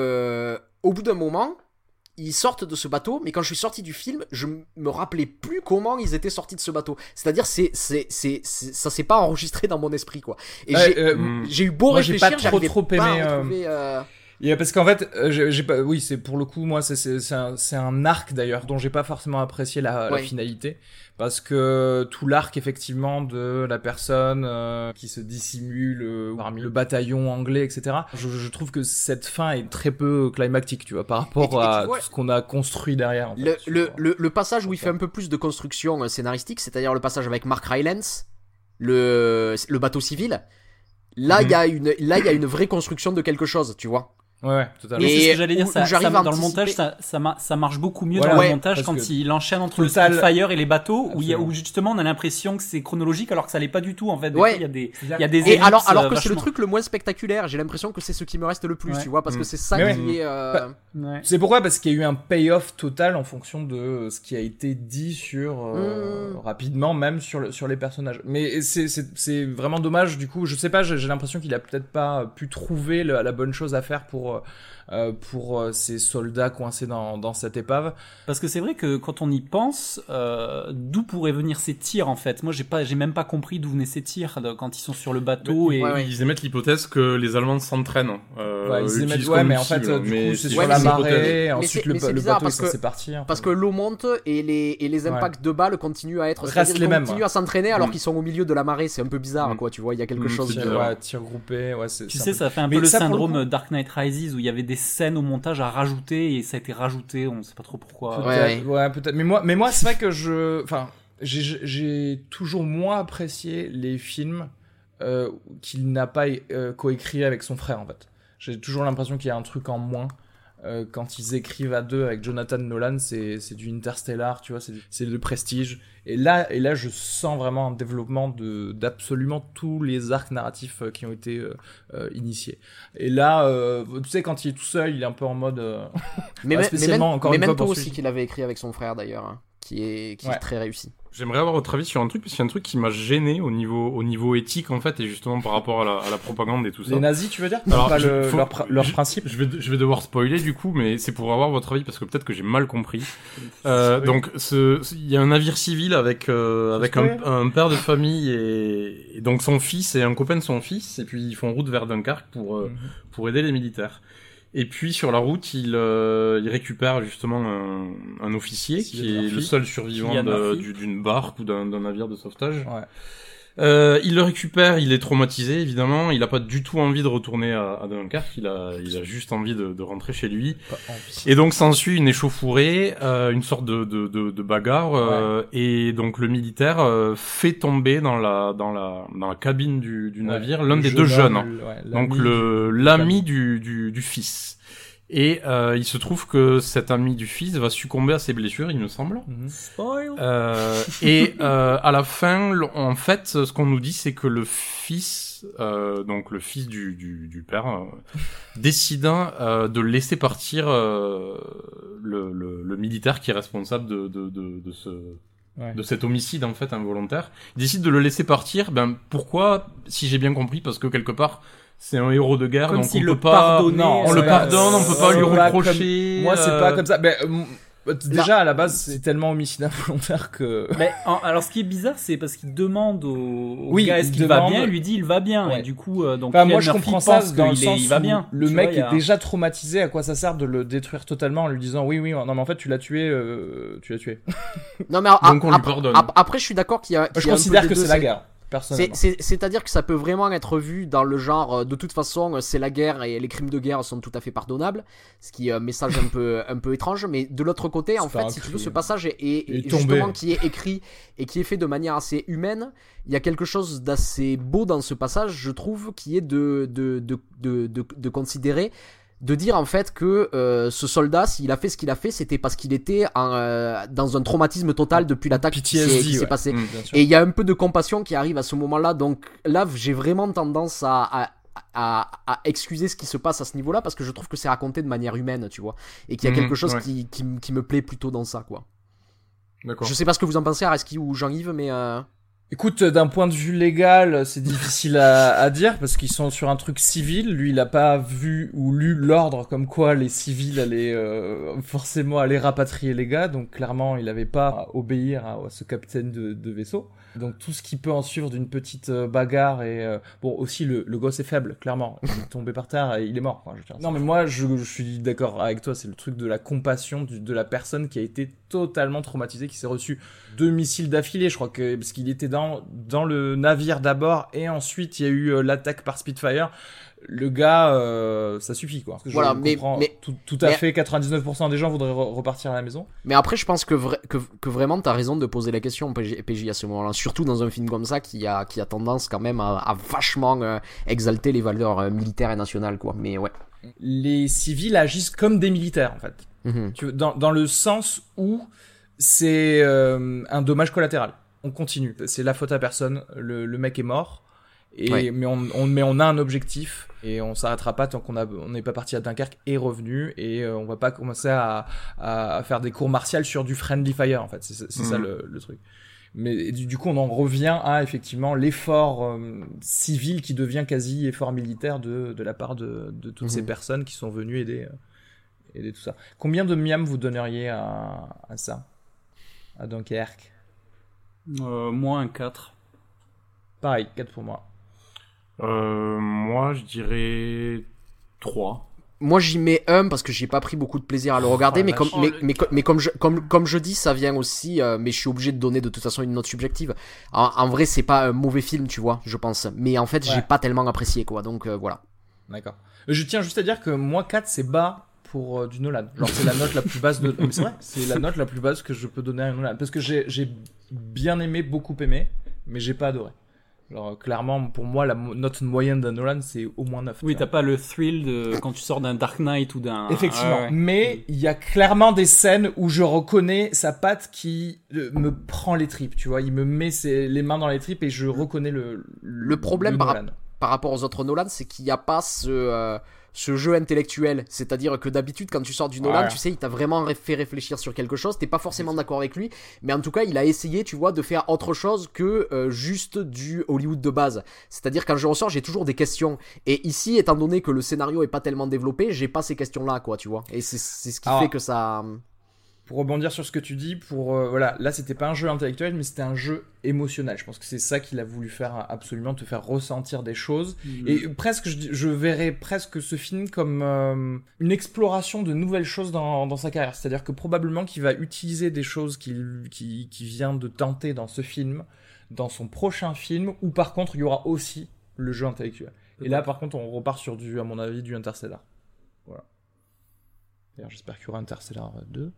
au bout d'un moment, ils sortent de ce bateau. Mais quand je suis sorti du film, je me rappelais plus comment ils étaient sortis de ce bateau. C'est-à-dire, ça s'est pas enregistré dans mon esprit, quoi. Et j'ai eu beau réfléchir, j'arrivais pas à retrouver... Parce qu'en fait, j'ai pas, oui, c'est pour le coup, moi, c'est un arc d'ailleurs dont j'ai pas forcément apprécié la finalité, parce que tout l'arc effectivement de la personne qui se dissimule parmi le bataillon anglais, etc. Je trouve que cette fin est très peu climactique, tu vois, par rapport à tout ce qu'on a construit derrière. En fait, le passage où il fait un peu plus de construction scénaristique, c'est-à-dire le passage avec Mark Rylance, le bateau civil. Là, il y a une vraie construction de quelque chose, tu vois. Ouais, totalement. Et c'est ce que j'allais dire, dans le montage, ça marche beaucoup mieux dans le montage quand il enchaîne entre le Spitfire et les bateaux, où justement on a l'impression que c'est chronologique alors que ça l'est pas du tout en fait. Des fois, il y a des et alors que c'est le truc le moins spectaculaire, j'ai l'impression que c'est ce qui me reste le plus, tu vois, parce que c'est ça qui est... C'est pourquoi, parce qu'il y a eu un payoff total en fonction de ce qui a été dit sur rapidement, même sur les personnages. Mais c'est vraiment dommage, du coup, je sais pas, j'ai l'impression qu'il a peut-être pas pu trouver la bonne chose à faire pour ces soldats coincés dans cette épave. Parce que c'est vrai que quand on y pense, d'où pourraient venir ces tirs en fait? Moi j'ai même pas compris d'où venaient ces tirs quand ils sont sur le bateau. Ils émettent l'hypothèse que les Allemands s'entraînent. Ils émettent, mais en fait du coup c'est sur la marée, ensuite le bateau est censé partir. Parce que l'eau monte et les impacts de balles continuent à être... Restent les mêmes. Ils continuent à s'entraîner alors qu'ils sont au milieu de la marée, c'est un peu bizarre quoi, tu vois, il y a quelque chose... Tir groupé, tu sais, ça fait un peu le syndrome Dark Knight Rises où il y avait des scènes au montage à rajouter et ça a été rajouté, on sait pas trop pourquoi. Peut-être. Mais moi c'est vrai que j'ai toujours moins apprécié les films qu'il n'a pas coécrit avec son frère en fait. J'ai toujours l'impression qu'il y a un truc en moins. Quand ils écrivent à deux avec Jonathan Nolan, c'est du Interstellar, tu vois, c'est de Prestige. Et là, je sens vraiment un développement d'absolument tous les arcs narratifs qui ont été initiés. Et là, tu sais, quand il est tout seul, il est un peu en mode. Mais Memento aussi qu'il avait écrit avec son frère d'ailleurs, hein, qui est très réussi. J'aimerais avoir votre avis sur un truc, parce qu'il y a un truc qui m'a gêné au niveau éthique, en fait, et justement par rapport à la propagande et tout ça. Les nazis, tu veux dire? Alors, leur principe? Je vais devoir spoiler, du coup, mais c'est pour avoir votre avis, parce que peut-être que j'ai mal compris. Donc, il y a un navire civil avec un père de famille et donc son fils et un copain de son fils, et puis ils font route vers Dunkerque pour aider les militaires. Et puis sur la route, il récupère justement un officier qui est le seul survivant d'une barque ou d'un navire de sauvetage. Il le récupère, il est traumatisé évidemment, il a pas du tout envie de retourner à Dunkerque, il a juste envie de rentrer chez lui. Et donc s'ensuit une échauffourée, une sorte de bagarre, et donc le militaire fait tomber dans la cabine du navire l'un des deux jeunes, donc l'ami du fils. Et il se trouve que cet ami du fils va succomber à ses blessures, il me semble. Spoil. Et à la fin, en fait, ce qu'on nous dit, c'est que le fils, donc le fils du père, décida de laisser partir le militaire qui est responsable de cet homicide en fait involontaire. Il décide de le laisser partir. Ben pourquoi? Si j'ai bien compris, parce que quelque part. C'est un héros de guerre, comme donc si on peut pas. On le pardonne, on peut pas lui reprocher. Moi, c'est pas comme ça. Mais, déjà, à la base, c'est tellement homicide involontaire que. Mais alors, ce qui est bizarre, c'est parce qu'il demande au gars est-ce qu'il va bien, il lui dit il va bien. Et du coup, donc moi, je comprends ça dans le sens il va bien. Le mec est déjà traumatisé. À quoi ça sert de le détruire totalement en lui disant oui, non, mais en fait, tu l'as tué. Non, mais donc on lui pardonne. Après, je suis d'accord qu'il y a. Je considère que c'est la guerre. C'est-à-dire que ça peut vraiment être vu dans le genre de toute façon c'est la guerre et les crimes de guerre sont tout à fait pardonnables, ce qui est un message un peu étrange, mais de l'autre côté en fait si tu veux ce passage est justement qui est écrit et qui est fait de manière assez humaine. Il y a quelque chose d'assez beau dans ce passage, je trouve, qui est de considérer, de dire en fait que ce soldat, s'il a fait ce qu'il a fait, c'était parce qu'il était dans un traumatisme total depuis l'attaque qui s'est passée. Et il y a un peu de compassion qui arrive à ce moment-là. Donc là, j'ai vraiment tendance à excuser ce qui se passe à ce niveau-là, parce que je trouve que c'est raconté de manière humaine, tu vois, et qu'il y a quelque chose qui me plaît plutôt dans ça, quoi. D'accord. Je sais pas ce que vous en pensez, Areski ou Jean-Yves, mais Écoute, d'un point de vue légal, c'est difficile à dire parce qu'ils sont sur un truc civil. Lui, il a pas vu ou lu l'ordre comme quoi les civils allaient forcément aller rapatrier les gars. Donc clairement, il avait pas à obéir à ce capitaine de vaisseau. Donc tout ce qui peut en suivre d'une petite bagarre et bon aussi le gosse est faible, clairement. Il est tombé par terre et il est mort. Quoi, non mais moi je suis d'accord avec toi, c'est le truc de la compassion de la personne qui a été totalement traumatisée, qui s'est reçu 2 missiles d'affilée, je crois que parce qu'il était dans le navire d'abord et ensuite il y a eu l'attaque par Spitfire. Le gars, ça suffit quoi. Voilà, mais tout à fait, 99% des gens voudraient repartir à la maison. Mais après, je pense que vraiment, t'as raison de poser la question, PJ, à ce moment-là. Surtout dans un film comme ça qui a tendance quand même à vachement exalter les valeurs militaires et nationales, quoi. Mais ouais. Les civils agissent comme des militaires, en fait. Mm-hmm. Dans le sens où c'est un dommage collatéral. On continue. C'est la faute à personne. Le mec est mort. Mais on a un objectif et on s'arrêtera pas tant qu'on n'est pas parti à Dunkerque et revenu, et on va pas commencer à faire des cours martiales sur du friendly fire, en fait. C'est ça le truc. Mais du coup on en revient à effectivement l'effort civil qui devient quasi effort militaire de la part de toutes ces personnes qui sont venues aider tout ça. Combien de miam vous donneriez à ça, à Dunkerque? Moi un 4. Pareil, 4 pour moi. Moi je dirais 3. Moi j'y mets 1 parce que j'ai pas pris beaucoup de plaisir à le regarder, mais comme je dis, ça vient aussi, mais je suis obligé de donner de toute façon une note subjective. En vrai, c'est pas un mauvais film, tu vois, je pense, mais en fait j'ai pas tellement apprécié, quoi, donc voilà. D'accord. Je tiens juste à dire que moi 4 c'est bas pour du Nolan. Genre c'est la note la plus basse de. Mais c'est vrai, c'est la note la plus basse que je peux donner à Nolan, parce que j'ai bien aimé, beaucoup aimé, mais j'ai pas adoré. Alors clairement, pour moi, la note moyenne d'un Nolan, c'est au moins 9. Oui, t'as pas le thrill de quand tu sors d'un Dark Knight ou d'un... Effectivement, mais il y a clairement des scènes où je reconnais sa patte qui me prend les tripes, tu vois. Il me met les mains dans les tripes et je reconnais le problème par rapport aux autres Nolan, c'est qu'il n'y a pas ce jeu intellectuel, c'est-à-dire que d'habitude quand tu sors du Nolan, tu sais, il t'a vraiment fait réfléchir sur quelque chose, t'es pas forcément d'accord avec lui, mais en tout cas il a essayé, tu vois, de faire autre chose que juste du Hollywood de base. C'est-à-dire quand je ressors, j'ai toujours des questions, et ici, étant donné que le scénario est pas tellement développé, j'ai pas ces questions-là, quoi, tu vois, et c'est ce qui fait que ça... Pour rebondir sur ce que tu dis, voilà, là c'était pas un jeu intellectuel, mais c'était un jeu émotionnel. Je pense que c'est ça qu'il a voulu faire, absolument, te faire ressentir des choses. Et presque, je verrais presque ce film comme une exploration de nouvelles choses dans sa carrière. C'est-à-dire que probablement qu'il va utiliser des choses qu'il vient de tenter dans ce film dans son prochain film, où par contre il y aura aussi le jeu intellectuel. Et là par contre on repart sur à mon avis, du Interstellar. Voilà. D'ailleurs j'espère qu'il y aura Interstellar 2.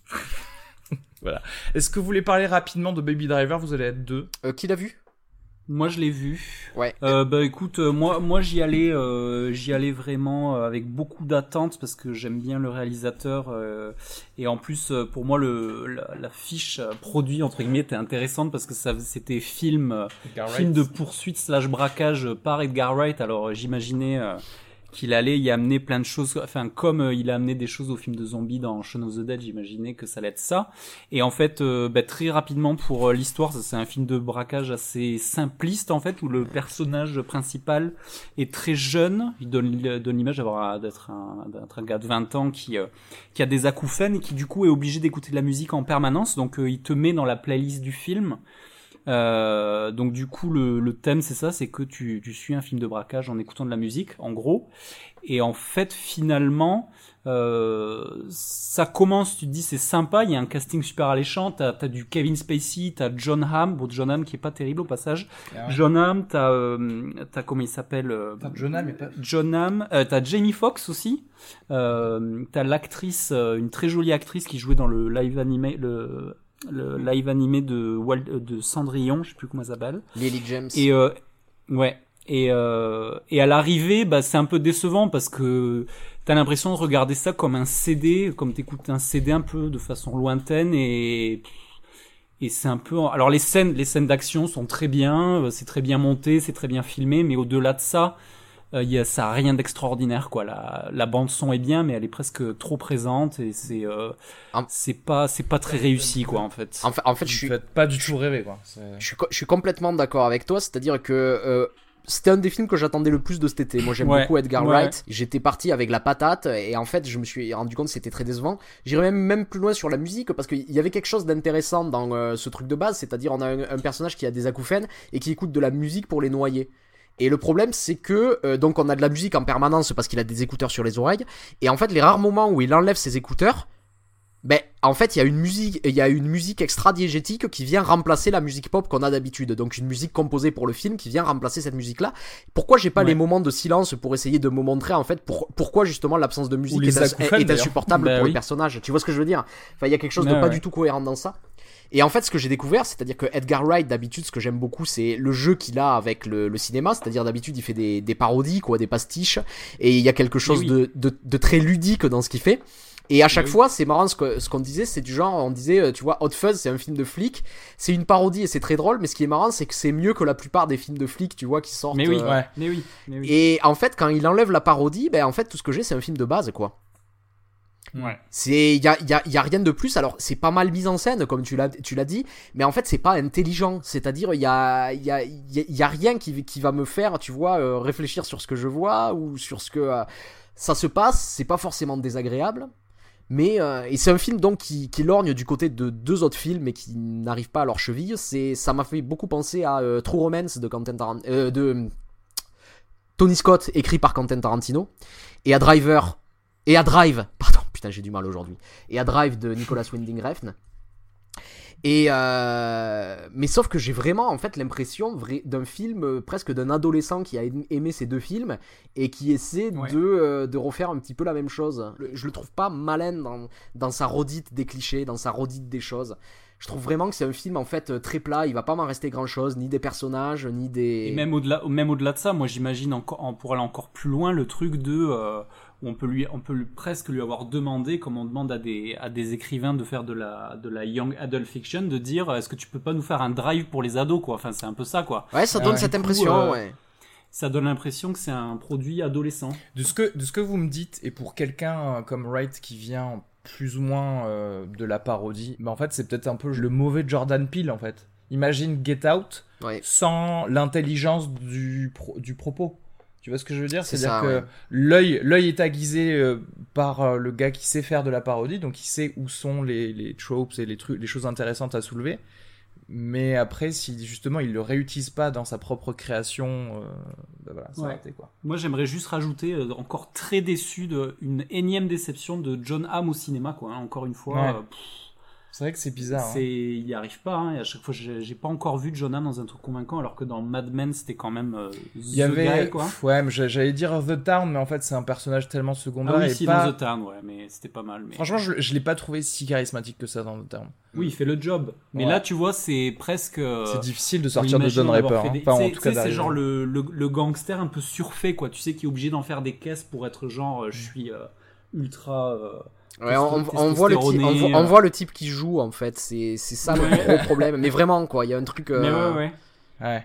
Voilà. Est-ce que vous voulez parler rapidement de Baby Driver ? Vous allez être deux. Qui l'a vu ? Moi je l'ai vu. Ouais. Écoute, moi j'y allais vraiment avec beaucoup d'attentes parce que j'aime bien le réalisateur et en plus pour moi la fiche produit entre guillemets était intéressante parce que c'était film de poursuite / braquage par Edgar Wright. Alors j'imaginais qu'il allait y amener plein de choses, enfin comme il a amené des choses au film de zombies dans Shaun of the Dead, j'imaginais que ça allait être ça. Et en fait, très rapidement pour l'histoire, c'est un film de braquage assez simpliste en fait, où le personnage principal est très jeune, il donne l'image d'être un gars de 20 ans qui a des acouphènes et qui du coup est obligé d'écouter de la musique en permanence, donc il te met dans la playlist du film. Donc du coup le thème c'est ça, c'est que tu suis un film de braquage en écoutant de la musique en gros, et en fait finalement ça commence, tu te dis c'est sympa, il y a un casting super alléchant, t'as du Kevin Spacey, t'as John Hamm, John Hamm qui est pas terrible au passage, John Hamm, t'as comment il s'appelle John Hamm, t'as Jamie Foxx aussi, t'as l'actrice, une très jolie actrice qui jouait dans le live animé le live animé de Cendrillon, je sais plus comment ça s'appelle. Lily James. Et ouais. Et à l'arrivée, c'est un peu décevant parce que t'as l'impression de regarder ça comme un CD, comme t'écoutes un CD un peu de façon lointaine et c'est un peu. Alors les scènes d'action sont très bien, c'est très bien monté, c'est très bien filmé, mais au-delà de ça. Ça a rien d'extraordinaire quoi. La bande son est bien mais elle est presque trop présente et c'est pas très réussi quoi en fait. En fait je suis pas du tout rêvé quoi. Je suis complètement d'accord avec toi, c'est-à-dire que c'était un des films que j'attendais le plus de cet été. Moi j'aime beaucoup Edgar Wright. J'étais parti avec la patate et en fait je me suis rendu compte que c'était très décevant. J'irais même plus loin sur la musique parce qu'il y avait quelque chose d'intéressant dans ce truc de base, c'est-à-dire on a un personnage qui a des acouphènes et qui écoute de la musique pour les noyer. Et le problème c'est que donc on a de la musique en permanence parce qu'il a des écouteurs sur les oreilles et en fait les rares moments où il enlève ses écouteurs, en fait il y a une musique extra-diégétique qui vient remplacer la musique pop qu'on a d'habitude, donc une musique composée pour le film qui vient remplacer cette musique là. Pourquoi j'ai pas les moments de silence pour essayer de me montrer en fait pourquoi justement l'absence de musique est insupportable pour les personnages, tu vois ce que je veux dire? Enfin il y a quelque chose de pas du tout cohérent dans ça. Et en fait, ce que j'ai découvert, c'est-à-dire que Edgar Wright, d'habitude, ce que j'aime beaucoup, c'est le jeu qu'il a avec le cinéma. C'est-à-dire, d'habitude, il fait des parodies, quoi, des pastiches. Et il y a quelque chose de très ludique dans ce qu'il fait. Et à chaque fois, c'est marrant ce qu'on disait, c'est du genre, on disait, tu vois, Hot Fuzz, c'est un film de flic. C'est une parodie et c'est très drôle, mais ce qui est marrant, c'est que c'est mieux que la plupart des films de flics, tu vois, qui sortent. Mais oui. Et en fait, quand il enlève la parodie, en fait, tout ce que j'ai, c'est un film de base, quoi. Ouais. Il y a rien de plus. Alors c'est pas mal mis en scène comme tu l'as dit, mais en fait c'est pas intelligent. C'est-à-dire il y a rien qui va me faire, tu vois, réfléchir sur ce que je vois ou sur ce que ça se passe. C'est pas forcément désagréable, mais et c'est un film donc qui lorgne du côté de deux autres films mais qui n'arrivent pas à leur cheville. Ça m'a fait beaucoup penser à True Romance de Tony Scott, écrit par Quentin Tarantino, et à Drive, pardon, putain j'ai du mal aujourd'hui, et à Drive de Nicolas Winding Refn. Et mais sauf que j'ai vraiment en fait l'impression d'un film presque d'un adolescent qui a aimé ces deux films et qui essaie de refaire un petit peu la même chose. Je le trouve pas malin dans sa redite des clichés, dans sa redite des choses. Je trouve vraiment que c'est un film en fait très plat, il va pas m'en rester grand chose, ni des personnages, ni des... Et même au-delà de ça, moi j'imagine pour aller encore plus loin le truc de... où on peut presque lui avoir demandé, comme on demande à des écrivains de faire de la young adult fiction, de dire est-ce que tu peux pas nous faire un Drive pour les ados quoi. Enfin c'est un peu ça quoi. Ouais, ça donne cette impression. Ça donne l'impression que c'est un produit adolescent. De ce que vous me dites, et pour quelqu'un comme Wright qui vient plus ou moins de la parodie, en fait c'est peut-être un peu le mauvais Jordan Peele en fait. Imagine Get Out sans l'intelligence du propos. Tu vois ce que je veux dire ? C'est-à-dire que l'œil est aiguisé par le gars qui sait faire de la parodie, donc il sait où sont les tropes et les choses intéressantes à soulever. Mais après, si justement il le réutilise pas dans sa propre création, voilà, c'est raté quoi. Moi, j'aimerais juste rajouter, encore très déçu d'une énième déception de John Hamm au cinéma, quoi. Hein, encore une fois. C'est vrai que c'est bizarre. Il n'y arrive pas. Et à chaque fois, j'ai pas encore vu John Hamm dans un truc convaincant, alors que dans Mad Men, c'était quand même Il y avait, guy, ouais, mais j'allais dire The Town, mais en fait, c'est un personnage tellement secondaire. Ah oui, dans The Town, ouais, mais c'était pas mal. Mais... Franchement, je l'ai pas trouvé si charismatique que ça dans The Town. Oui, il fait le job. Mais là, tu vois, c'est presque... C'est difficile de sortir de Don Draper. En tout cas, c'est genre le gangster un peu surfait, quoi. Tu sais, qui est obligé d'en faire des caisses pour être genre, je suis ultra... Ouais, on voit le type qui joue en fait, c'est ça le gros problème. Mais vraiment quoi, il y a un truc. Mais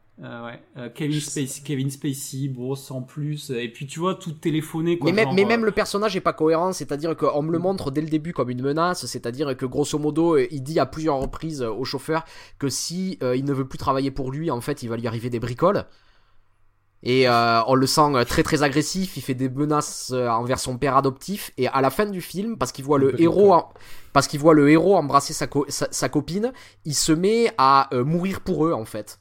Kevin Spacey, bon sans plus. Et puis tu vois tout téléphoné quoi. Mais même le personnage est pas cohérent, c'est-à-dire qu'on me le montre dès le début comme une menace, c'est-à-dire que grosso modo il dit à plusieurs reprises au chauffeur que si il ne veut plus travailler pour lui, en fait il va lui arriver des bricoles. Et on le sent très très agressif, il fait des menaces envers son père adoptif, et à la fin du film, parce qu'il voit le héros embrasser sa copine, il se met à mourir pour eux en fait.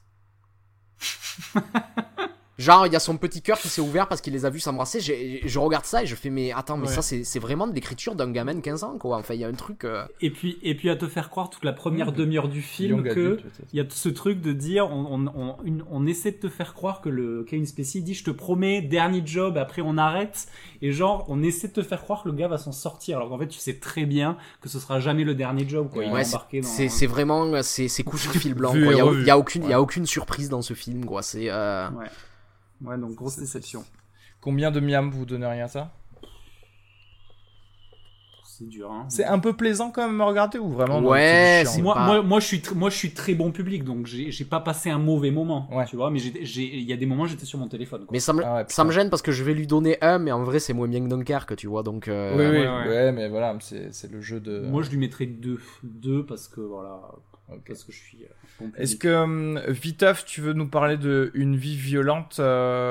Genre il y a son petit cœur qui s'est ouvert parce qu'il les a vus s'embrasser. Je regarde ça et je fais mais attends, mais ça c'est vraiment de l'écriture d'un gamin de 15 ans quoi. Enfin il y a un truc et puis à te faire croire toute la première demi-heure du film que il y a ce truc de dire on essaie de te faire croire que le Kevin Spacey dit je te promets dernier job, après on arrête, et genre on essaie de te faire croire que le gars va s'en sortir alors qu'en fait tu sais très bien que ce sera jamais le dernier job quoi. C'est vraiment c'est coup sur fil blanc quoi. Il y a aucune surprise dans ce film quoi. C'est Ouais, donc grosse déception. Combien de miam vous donneriez à ça ? C'est dur, hein. C'est un peu plaisant quand même à regarder ou vraiment ? Ouais, c'est moi je suis très bon public, donc j'ai pas passé un mauvais moment, tu vois, mais il y a des moments j'étais sur mon téléphone, quoi. Mais ça me gêne parce que je vais lui donner 1, mais en vrai c'est moins bien que Dunkerque, tu vois, donc... Ouais, mais voilà, c'est le jeu de... Moi je lui mettrais 2 parce que voilà... Okay. Parce que je suis bon public. Est-ce que Viteuf, tu veux nous parler de Une vie violente, Arnaud ?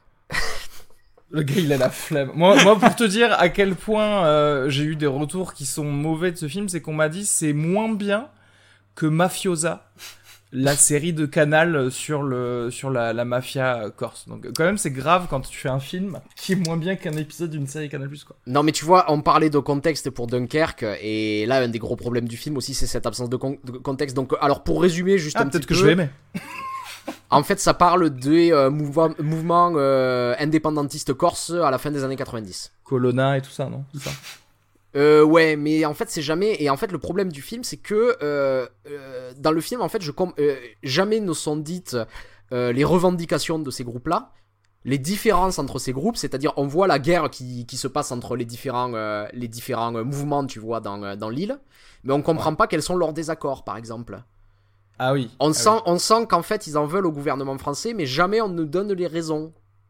Le gars, il a la flemme. Moi, pour te dire à quel point j'ai eu des retours qui sont mauvais de ce film, c'est qu'on m'a dit c'est moins bien que Mafiosa, la série de Canal sur la mafia corse. Donc quand même c'est grave quand tu fais un film qui est moins bien qu'un épisode d'une série Canal+, quoi. Non mais tu vois, on parlait de contexte pour Dunkerque, et là un des gros problèmes du film aussi c'est cette absence de contexte. Donc alors pour résumer juste un petit peu... peut-être que je vais aimer. En fait ça parle des mouvements indépendantistes corses à la fin des années 90. Colonna et tout ça, non ? C'est ça. Ouais, mais en fait c'est jamais. Et en fait le problème du film c'est que dans le film en fait jamais ne sont dites les revendications de ces groupes-là, les différences entre ces groupes, c'est-à-dire on voit la guerre qui se passe entre les différents mouvements, tu vois, dans l'île, mais on comprend pas quels sont leurs désaccords par exemple. Ah oui. On sent qu'en fait ils en veulent au gouvernement français, mais jamais on ne donne les raisons.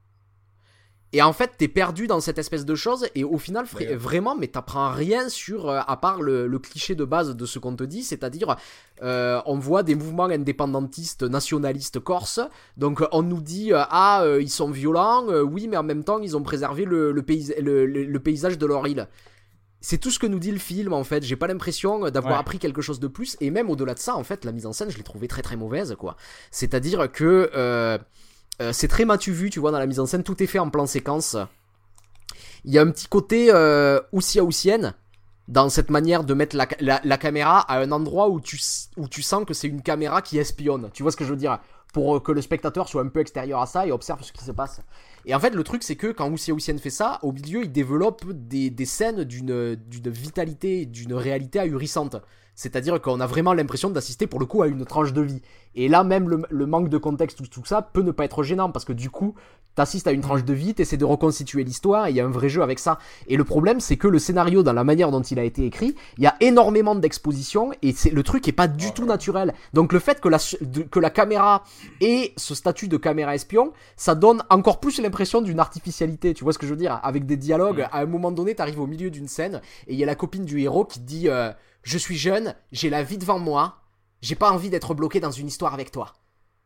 Et en fait, t'es perdu dans cette espèce de chose, et au final, vraiment, mais t'apprends rien sur, à part le cliché de base de ce qu'on te dit, c'est-à-dire, on voit des mouvements indépendantistes, nationalistes corses, donc on nous dit, ils sont violents, oui, mais en même temps, ils ont préservé le paysage de leur île. C'est tout ce que nous dit le film, en fait. J'ai pas l'impression d'avoir appris quelque chose de plus, et même au-delà de ça, en fait, la mise en scène, je l'ai trouvée très très mauvaise, quoi. C'est-à-dire que... c'est très matu vu, tu vois, dans la mise en scène, tout est fait en plan séquence. Il y a un petit côté houssienne dans cette manière de mettre la caméra à un endroit où tu sens que c'est une caméra qui espionne. Tu vois ce que je veux dire ? Pour que le spectateur soit un peu extérieur à ça et observe ce qui se passe. Et en fait, le truc, c'est que quand Houssienne fait ça, au milieu, il développe des scènes d'une vitalité et d'une réalité ahurissante. C'est-à-dire qu'on a vraiment l'impression d'assister pour le coup à une tranche de vie. Et là même le manque de contexte, tout ça peut ne pas être gênant parce que du coup t'assistes à une tranche de vie, t'essaies de reconstituer l'histoire et il y a un vrai jeu avec ça. Et le problème c'est que le scénario, dans la manière dont il a été écrit, il y a énormément d'exposition et le truc est pas du tout naturel. Donc le fait que la caméra ait ce statut de caméra espion, ça donne encore plus l'impression d'une artificialité, tu vois ce que je veux dire ? Avec des dialogues, à un moment donné t'arrives au milieu d'une scène et il y a la copine du héros qui te dit je suis jeune, j'ai la vie devant moi, j'ai pas envie d'être bloqué dans une histoire avec toi.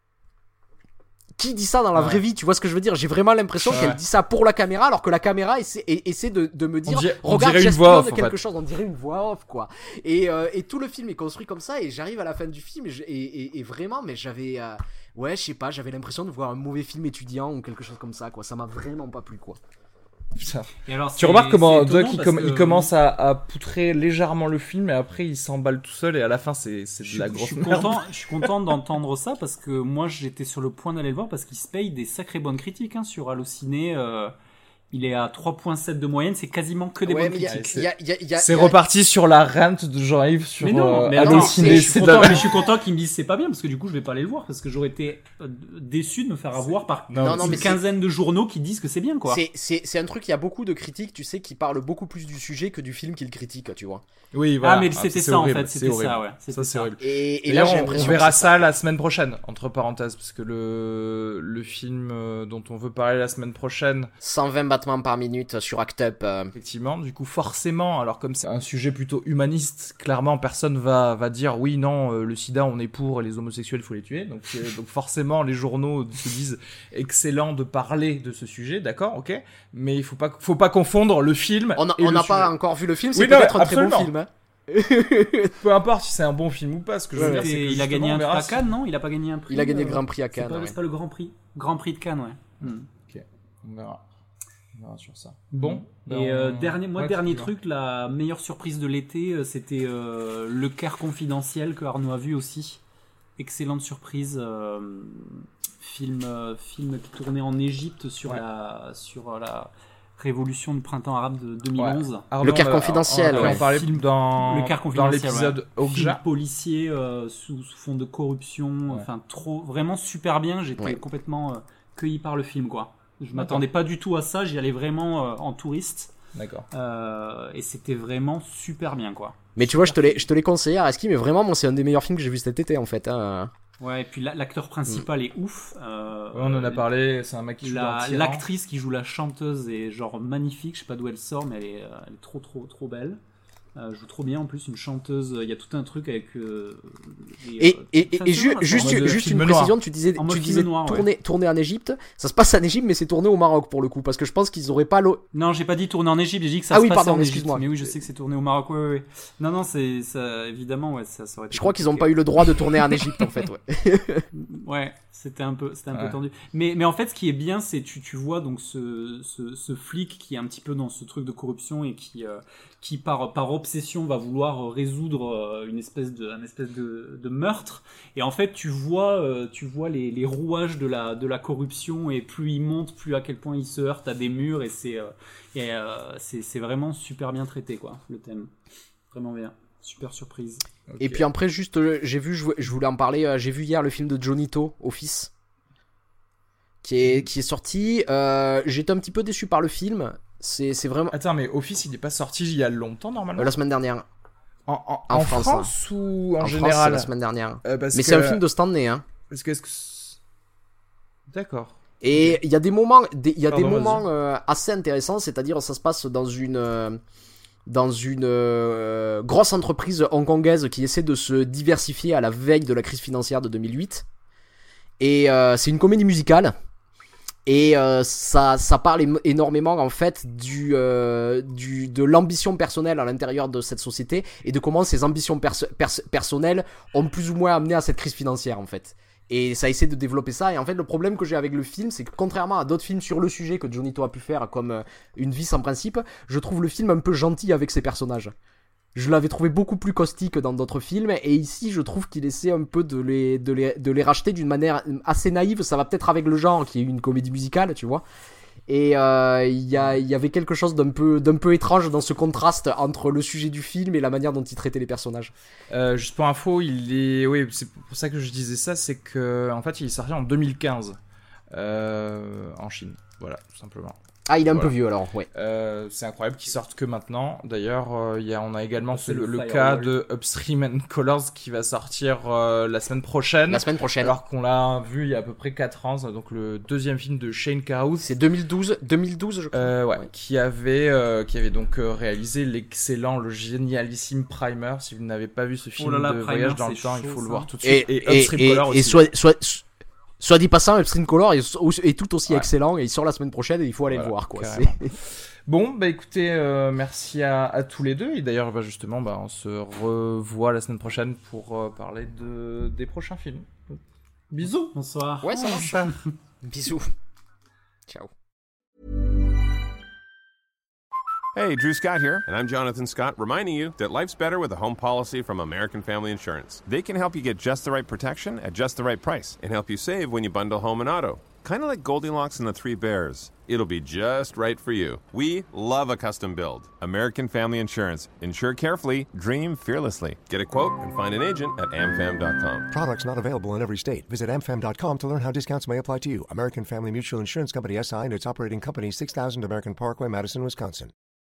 Qui dit ça dans la vraie vie, tu vois ce que je veux dire ? J'ai vraiment l'impression qu'elle dit ça pour la caméra, alors que la caméra essaie de me dire regarde, j'espionne quelque chose, on dirait une voix off, quoi. Et tout le film est construit comme ça, et j'arrive à la fin du film, et vraiment, mais j'avais... je sais pas, j'avais l'impression de voir un mauvais film étudiant ou quelque chose comme ça, quoi. Ça m'a vraiment pas plu, quoi. Putain. Et alors, Tu remarques comment Doc il commence à poutrer légèrement le film et après il s'emballe tout seul et à la fin c'est de la grosse merde. Je suis content d'entendre ça parce que moi j'étais sur le point d'aller le voir parce qu'il se paye des sacrées bonnes critiques sur Allociné. Il est à 3.7 de moyenne, c'est quasiment que des bonnes critiques. C'est reparti sur la rant de Jean-Yves sur Allociné. Je suis content qu'ils me disent c'est pas bien parce que du coup je vais pas aller le voir parce que j'aurais été déçu de me faire avoir par une quinzaine de journaux qui disent que c'est bien quoi. C'est un truc, il y a beaucoup de critiques, tu sais, qui parlent beaucoup plus du sujet que du film qu'ils critiquent, tu vois. Oui, voilà. Ah mais c'était ça horrible, en fait, c'était ça ouais. Ça c'est horrible. Et là j'ai l'impression on verra ça la semaine prochaine entre parenthèses parce que le film dont on veut parler la semaine prochaine 120 battements par minute sur Act Up. Effectivement, du coup forcément, alors comme c'est un sujet plutôt humaniste, clairement personne va dire oui non le sida on est pour, les homosexuels il faut les tuer. Donc forcément les journaux se disent excellent de parler de ce sujet, d'accord, ok, mais il faut pas confondre le film. On n'a pas encore vu le film, c'est peut-être un très bon film. Hein. Peu importe si c'est un bon film ou pas, ce que je veux dire c'est que il a gagné un prix à Cannes, non? Il a pas gagné un prix. Il a gagné le Grand Prix à Cannes. C'est pas le Grand Prix de Cannes, ouais. Ok, on verra sur ça. Bon. Et dernier truc, la meilleure surprise de l'été, c'était Le Caire confidentiel que Arnaud a vu aussi. Excellente surprise. Film qui tournait en Égypte sur la révolution du printemps arabe de 2011. Ouais. Le Caire confidentiel. On parlait dans l'épisode Okja. Film policier sous fond de corruption. Ouais. Enfin, vraiment super bien. J'étais complètement cueilli par le film, quoi. Je m'attendais pas du tout à ça. J'y allais vraiment en touriste. D'accord. Et c'était vraiment super bien, quoi. Mais tu vois, je te l'ai conseillé, Araski, mais vraiment, moi, c'est un des meilleurs films que j'ai vu cet été, en fait. Ouais, et puis l'acteur principal est ouf. On en a parlé, c'est un mec qui joue l'actrice qui joue la chanteuse est genre magnifique, je sais pas d'où elle sort, mais elle est trop belle. Joue trop bien en plus, une chanteuse. Il y a tout un truc avec. Juste une précision, tu disais tourner en Égypte. Ça se passe en Égypte, mais c'est tourné au Maroc pour le coup, parce que je pense qu'ils auraient pas Non, j'ai pas dit tourner en Égypte, j'ai dit que ça se passe en Égypte. Mais oui, je sais que c'est tourné au Maroc. Ouais. Non, c'est ça, évidemment, ouais, ça aurait été. Je crois qu'ils ont pas eu le droit de tourner en Égypte en fait, ouais. Ouais, c'était un peu tendu. Mais en fait, ce qui est bien, c'est tu vois donc ce flic qui est un petit peu dans ce truc de corruption et qui par obsession va vouloir résoudre un espèce de meurtre, et en fait tu vois les rouages de la corruption, et plus il monte, plus à quel point il se heurte à des murs, et c'est vraiment super bien traité, quoi, le thème, vraiment bien, super surprise. Okay. Et puis après juste j'ai vu, je voulais en parler, j'ai vu hier le film de Johnny To, Office, qui est sorti. J'étais un petit peu déçu par le film. C'est vraiment. Attends, mais Office, il n'est pas sorti il y a longtemps normalement. La semaine dernière. En France ou en général France, la semaine dernière. Mais c'est un film de cette année, hein. Parce que d'accord. Et il y a des moments, assez intéressants, c'est-à-dire ça se passe dans une grosse entreprise hongkongaise qui essaie de se diversifier à la veille de la crise financière de 2008. Et c'est une comédie musicale. Et ça parle énormément en fait de l'ambition personnelle à l'intérieur de cette société, et de comment ces ambitions personnelles ont plus ou moins amené à cette crise financière en fait. Et ça essaie de développer ça. Et en fait, le problème que j'ai avec le film, c'est que contrairement à d'autres films sur le sujet que Johnny To a pu faire, comme Une vie sans principe, je trouve le film un peu gentil avec ses personnages. Je l'avais trouvé beaucoup plus caustique que dans d'autres films, et ici je trouve qu'il essaie un peu de les racheter d'une manière assez naïve. Ça va peut-être avec le genre qui est une comédie musicale, tu vois. Et il y avait quelque chose d'un peu étrange dans ce contraste entre le sujet du film et la manière dont il traitait les personnages. Juste pour info, c'est pour ça que je disais ça, c'est que en fait il est sorti en 2015 en Chine, voilà, tout simplement. Ah, il est un peu vieux alors, ouais. C'est incroyable qu'il sorte que maintenant. D'ailleurs, on a également le cas de Upstream and Colors qui va sortir la semaine prochaine. Alors qu'on l'a vu il y a à peu près 4 ans. C'est donc le deuxième film de Shane Carruth. C'est 2012 je crois. Ouais. Qui avait donc réalisé le génialissime Primer. Si vous n'avez pas vu ce film de voyage dans le temps, il faut le voir tout de suite. Et Upstream Colors aussi. Soit dit passant, Upstream Color est tout aussi excellent, et il sort la semaine prochaine et il faut aller le voir, quoi. Bon, bah écoutez, merci à tous les deux, et d'ailleurs justement on se revoit la semaine prochaine pour parler des prochains films. Bisous. Bonsoir. Ouais, ça marche. Bisous. Ciao. Hey, Drew Scott here, and I'm Jonathan Scott, reminding you that life's better with a home policy from American Family Insurance. They can help you get just the right protection at just the right price and help you save when you bundle home and auto. Kind of like Goldilocks and the Three Bears. It'll be just right for you. We love a custom build. American Family Insurance. Insure carefully, dream fearlessly. Get a quote and find an agent at amfam.com. Products not available in every state. Visit amfam.com to learn how discounts may apply to you. American Family Mutual Insurance Company SI and its operating company 6000 American Parkway, Madison, Wisconsin.